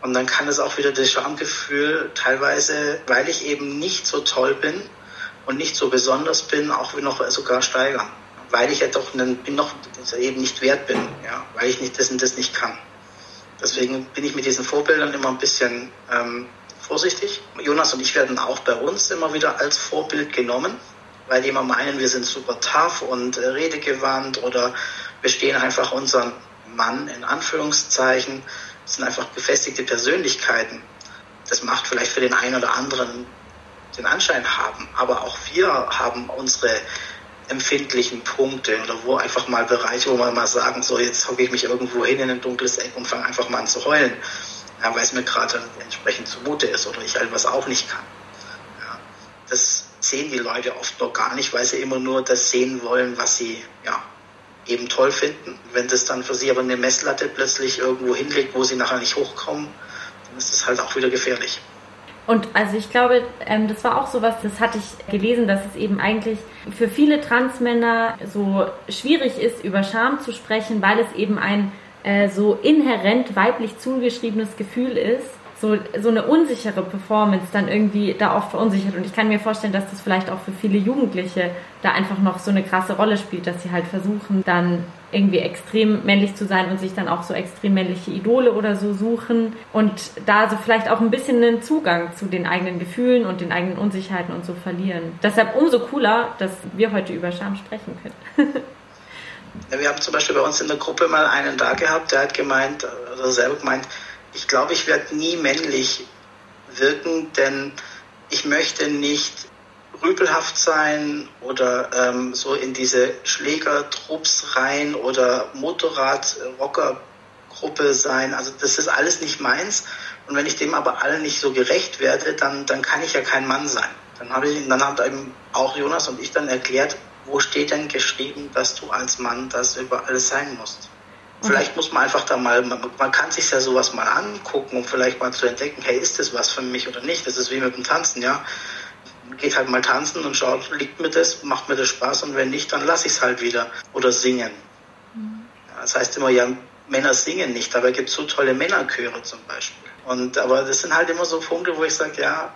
Und dann kann es auch wieder das Schamgefühl teilweise, weil ich eben nicht so toll bin und nicht so besonders bin, auch noch sogar steigern. Weil ich ja doch einen, bin noch eben nicht wert bin, ja, weil ich nicht das und das nicht kann. Deswegen bin ich mit diesen Vorbildern immer ein bisschen ähm, vorsichtig. Jonas und ich werden auch bei uns immer wieder als Vorbild genommen, weil die immer meinen, wir sind super tough und äh, redegewandt oder wir stehen einfach unseren Mann in Anführungszeichen. Das sind einfach gefestigte Persönlichkeiten. Das macht vielleicht für den einen oder anderen den Anschein haben, aber auch wir haben unsere empfindlichen Punkte oder wo einfach mal Bereiche, wo wir mal sagen, so jetzt hocke ich mich irgendwo hin in ein dunkles Eck und fange einfach mal an zu heulen, ja, weil es mir gerade entsprechend zumute ist oder ich halt was auch nicht kann. Ja, das sehen die Leute oft noch gar nicht, weil sie immer nur das sehen wollen, was sie ja eben toll finden. Wenn das dann für sie aber eine Messlatte plötzlich irgendwo hinlegt, wo sie nachher nicht hochkommen, dann ist das halt auch wieder gefährlich. Und also ich glaube, ähm, das war auch sowas, das hatte ich gelesen, dass es eben eigentlich für viele Transmänner so schwierig ist, über Scham zu sprechen, weil es eben ein äh, so inhärent weiblich zugeschriebenes Gefühl ist, so, so eine unsichere Performance dann irgendwie da oft verunsichert. Und ich kann mir vorstellen, dass das vielleicht auch für viele Jugendliche da einfach noch so eine krasse Rolle spielt, dass sie halt versuchen, dann irgendwie extrem männlich zu sein und sich dann auch so extrem männliche Idole oder so suchen und da so vielleicht auch ein bisschen einen Zugang zu den eigenen Gefühlen und den eigenen Unsicherheiten und so verlieren. Deshalb umso cooler, dass wir heute über Scham sprechen können. Ja, wir haben zum Beispiel bei uns in der Gruppe mal einen da gehabt, der hat gemeint, oder selber gemeint, ich glaube, ich werde nie männlich wirken, denn ich möchte nicht rüpelhaft sein oder ähm, so in diese Schlägertrupps rein oder Motorrad-Rocker-Gruppe sein. Also das ist alles nicht meins. Und wenn ich dem aber allen nicht so gerecht werde, dann, dann kann ich ja kein Mann sein. Dann, habe ich, dann hat eben auch Jonas und ich dann erklärt, wo steht denn geschrieben, dass du als Mann das über alles sein musst. Vielleicht muss man einfach da mal, man, man kann sich ja sowas mal angucken, um vielleicht mal zu entdecken, hey, ist das was für mich oder nicht? Das ist wie mit dem Tanzen, ja. Man geht halt mal tanzen und schaut, liegt mir das, macht mir das Spaß und wenn nicht, dann lasse ich es halt wieder. Oder singen. Mhm. Ja, das heißt immer, ja, Männer singen nicht, dabei gibt es so tolle Männerchöre zum Beispiel. Und, aber das sind halt immer so Punkte, wo ich sage, ja,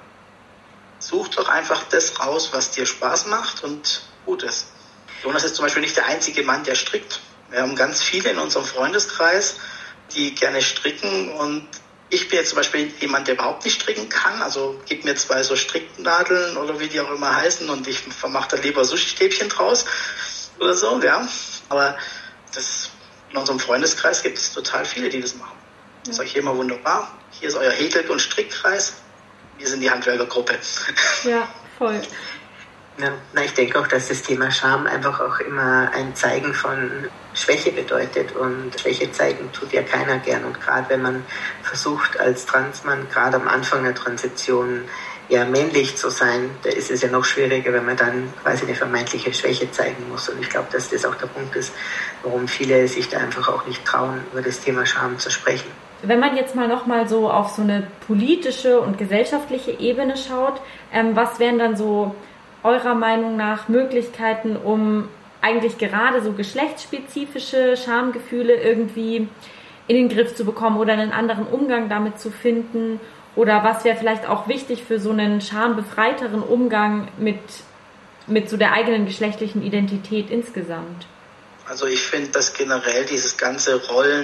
such doch einfach das raus, was dir Spaß macht und gut ist. Jonas ist zum Beispiel nicht der einzige Mann, der strickt. Wir haben ganz viele in unserem Freundeskreis, die gerne stricken und ich bin jetzt zum Beispiel jemand, der überhaupt nicht stricken kann. Also gib mir zwei so Stricknadeln oder wie die auch immer heißen und ich mache da lieber Sushi-Stäbchen draus oder so, ja. Aber das, in unserem Freundeskreis gibt es total viele, die das machen. Das sage ich immer wunderbar. Hier ist euer Häkel- und Strickkreis. Wir sind die Handwerkergruppe. Ja, voll. Ja, na, ich denke auch, dass das Thema Scham einfach auch immer ein Zeigen von Schwäche bedeutet und Schwäche zeigen tut ja keiner gern und gerade wenn man versucht als Transmann gerade am Anfang der Transition ja männlich zu sein, da ist es ja noch schwieriger, wenn man dann quasi eine vermeintliche Schwäche zeigen muss und ich glaube, dass das auch der Punkt ist, warum viele sich da einfach auch nicht trauen, über das Thema Scham zu sprechen. Wenn man jetzt mal nochmal so auf so eine politische und gesellschaftliche Ebene schaut, ähm, was wären dann so eurer Meinung nach Möglichkeiten, um eigentlich gerade so geschlechtsspezifische Schamgefühle irgendwie in den Griff zu bekommen oder einen anderen Umgang damit zu finden? Oder was wäre vielleicht auch wichtig für so einen schambefreiteren Umgang mit, mit so der eigenen geschlechtlichen Identität insgesamt? Also ich finde, dass generell dieses ganze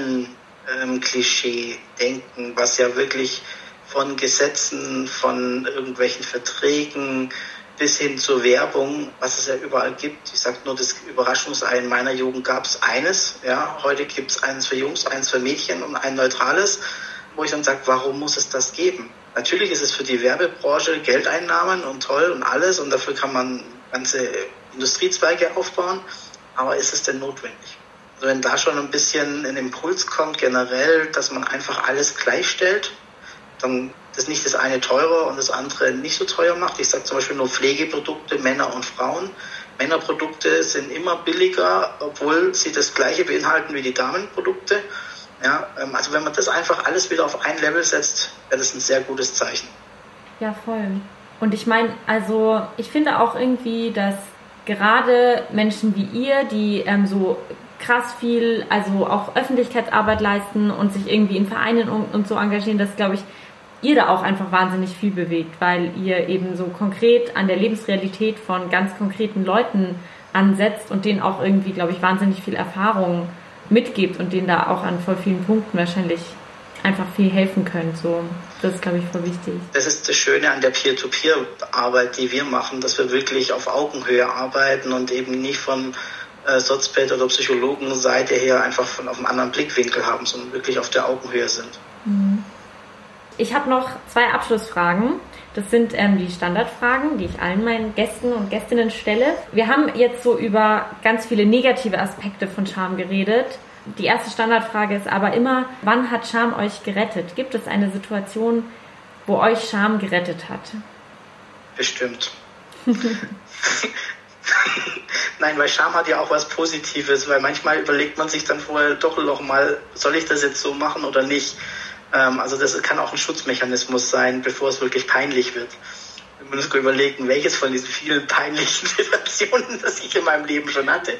Rollen-Klischee-Denken, was ja wirklich von Gesetzen, von irgendwelchen Verträgen bis hin zur Werbung, was es ja überall gibt. Ich sage nur, das Überraschungsei in meiner Jugend gab es eines. Ja, heute gibt es eines für Jungs, eines für Mädchen und ein neutrales, wo ich dann sage, warum muss es das geben? Natürlich ist es für die Werbebranche Geldeinnahmen und toll und alles und dafür kann man ganze Industriezweige aufbauen, aber ist es denn notwendig? Also wenn da schon ein bisschen ein Impuls kommt generell, dass man einfach alles gleichstellt, dann das nicht das eine teurer und das andere nicht so teuer macht. Ich sage zum Beispiel nur Pflegeprodukte, Männer und Frauen. Männerprodukte sind immer billiger, obwohl sie das Gleiche beinhalten wie die Damenprodukte. Ja, also wenn man das einfach alles wieder auf ein Level setzt, wäre das ein sehr gutes Zeichen. Ja, voll. Und ich meine, also ich finde auch irgendwie, dass gerade Menschen wie ihr, die ähm, so krass viel, also auch Öffentlichkeitsarbeit leisten und sich irgendwie in Vereinen und, und so engagieren, dass, glaube ich, ihr da auch einfach wahnsinnig viel bewegt, weil ihr eben so konkret an der Lebensrealität von ganz konkreten Leuten ansetzt und denen auch irgendwie, glaube ich, wahnsinnig viel Erfahrung mitgibt und denen da auch an voll vielen Punkten wahrscheinlich einfach viel helfen könnt. So, das ist, glaube ich, voll wichtig. Das ist das Schöne an der Peer-to-Peer-Arbeit, die wir machen, dass wir wirklich auf Augenhöhe arbeiten und eben nicht von äh, Sozped oder Psychologenseite her einfach von auf einem anderen Blickwinkel haben, sondern wirklich auf der Augenhöhe sind. Mhm. Ich habe noch zwei Abschlussfragen. Das sind ähm, die Standardfragen, die ich allen meinen Gästen und Gästinnen stelle. Wir haben jetzt so über ganz viele negative Aspekte von Scham geredet. Die erste Standardfrage ist aber immer, wann hat Scham euch gerettet? Gibt es eine Situation, wo euch Scham gerettet hat? Bestimmt. Nein, weil Scham hat ja auch was Positives, weil manchmal überlegt man sich dann vorher doch noch mal, soll ich das jetzt so machen oder nicht? Ähm, also das kann auch ein Schutzmechanismus sein, bevor es wirklich peinlich wird. Wir müssen überlegen, welches von diesen vielen peinlichen Situationen, das ich in meinem Leben schon hatte.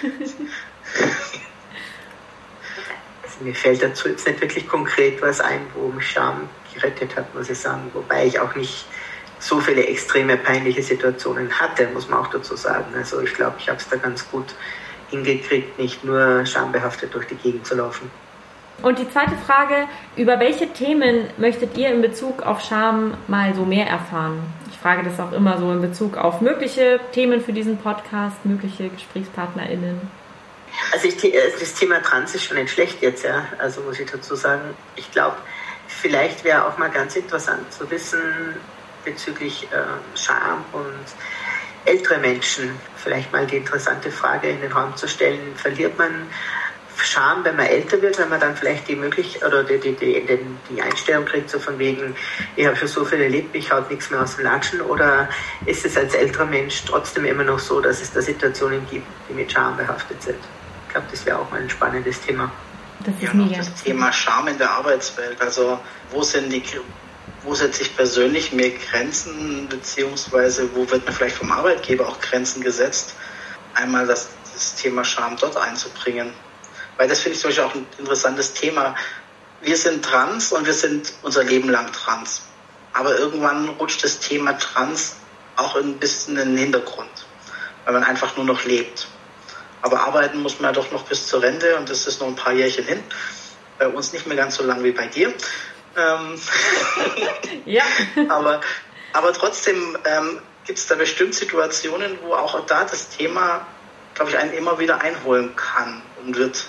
Mir fällt dazu jetzt nicht wirklich konkret was ein, wo mich Scham gerettet hat, muss ich sagen. Wobei ich auch nicht so viele extreme peinliche Situationen hatte, muss man auch dazu sagen. Also ich glaube, ich habe es da ganz gut hingekriegt, nicht nur schambehaftet durch die Gegend zu laufen. Und die zweite Frage, über welche Themen möchtet ihr in Bezug auf Scham mal so mehr erfahren? Ich frage das auch immer so in Bezug auf mögliche Themen für diesen Podcast, mögliche GesprächspartnerInnen. Also ich, das Thema Trans ist schon nicht schlecht jetzt, ja. Also muss ich dazu sagen, ich glaube, vielleicht wäre auch mal ganz interessant zu wissen bezüglich äh, Scham und ältere Menschen. Vielleicht mal die interessante Frage in den Raum zu stellen, verliert man Scham, wenn man älter wird, wenn man dann vielleicht die Möglichkeit oder die, die, die, die Einstellung kriegt, so von wegen, ich habe schon so viel erlebt, mich haut nichts mehr aus dem Latschen, oder ist es als älterer Mensch trotzdem immer noch so, dass es da Situationen gibt, die mit Scham behaftet sind? Ich glaube, das wäre auch mal ein spannendes Thema. Das ist ja, mega. Das Thema Scham in der Arbeitswelt, also wo sind die, wo setze ich persönlich mir Grenzen, beziehungsweise wo wird mir vielleicht vom Arbeitgeber auch Grenzen gesetzt, einmal das, das Thema Scham dort einzubringen. Weil das finde ich zum Beispiel auch ein interessantes Thema. Wir sind trans und wir sind unser Leben lang trans. Aber irgendwann rutscht das Thema Trans auch ein bisschen in den Hintergrund, weil man einfach nur noch lebt. Aber arbeiten muss man ja doch noch bis zur Rente und das ist noch ein paar Jährchen hin. Bei uns nicht mehr ganz so lang wie bei dir. Ähm ja. aber, aber trotzdem ähm, gibt es da bestimmt Situationen, wo auch da das Thema, glaube ich, einen immer wieder einholen kann und wird.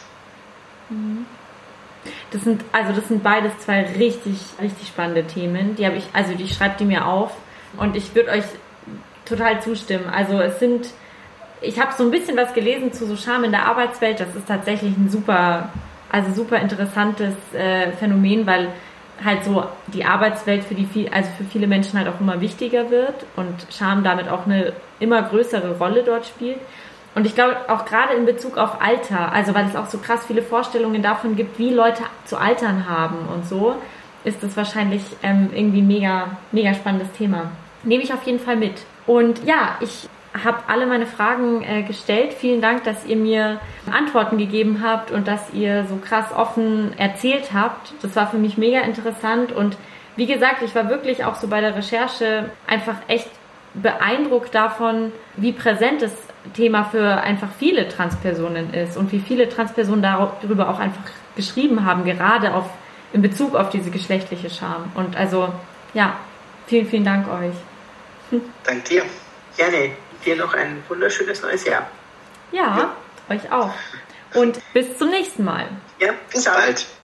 Das sind, also das sind beides zwei richtig, richtig spannende Themen. Die habe ich, also die schreibt die mir auf und ich würde euch total zustimmen. Also es sind, ich habe so ein bisschen was gelesen zu so Scham in der Arbeitswelt. Das ist tatsächlich ein super, also super interessantes äh, Phänomen, weil halt so die Arbeitswelt für die, also für viele Menschen halt auch immer wichtiger wird und Scham damit auch eine immer größere Rolle dort spielt. Und ich glaube auch gerade in Bezug auf Alter, also weil es auch so krass viele Vorstellungen davon gibt, wie Leute zu altern haben und so, ist das wahrscheinlich ähm, irgendwie ein mega, mega spannendes Thema. Nehme ich auf jeden Fall mit. Und ja, ich habe alle meine Fragen äh, gestellt. Vielen Dank, dass ihr mir Antworten gegeben habt und dass ihr so krass offen erzählt habt. Das war für mich mega interessant und wie gesagt, ich war wirklich auch so bei der Recherche einfach echt beeindruckt davon, wie präsent das Thema für einfach viele Transpersonen ist und wie viele Transpersonen darüber auch einfach geschrieben haben, gerade auf, in Bezug auf diese geschlechtliche Scham. Und also, ja, vielen, vielen Dank euch. Dank dir. Gerne. Dir noch ein wunderschönes neues Jahr. Ja, ja. Euch auch. Und bis zum nächsten Mal. Ja, bis bald.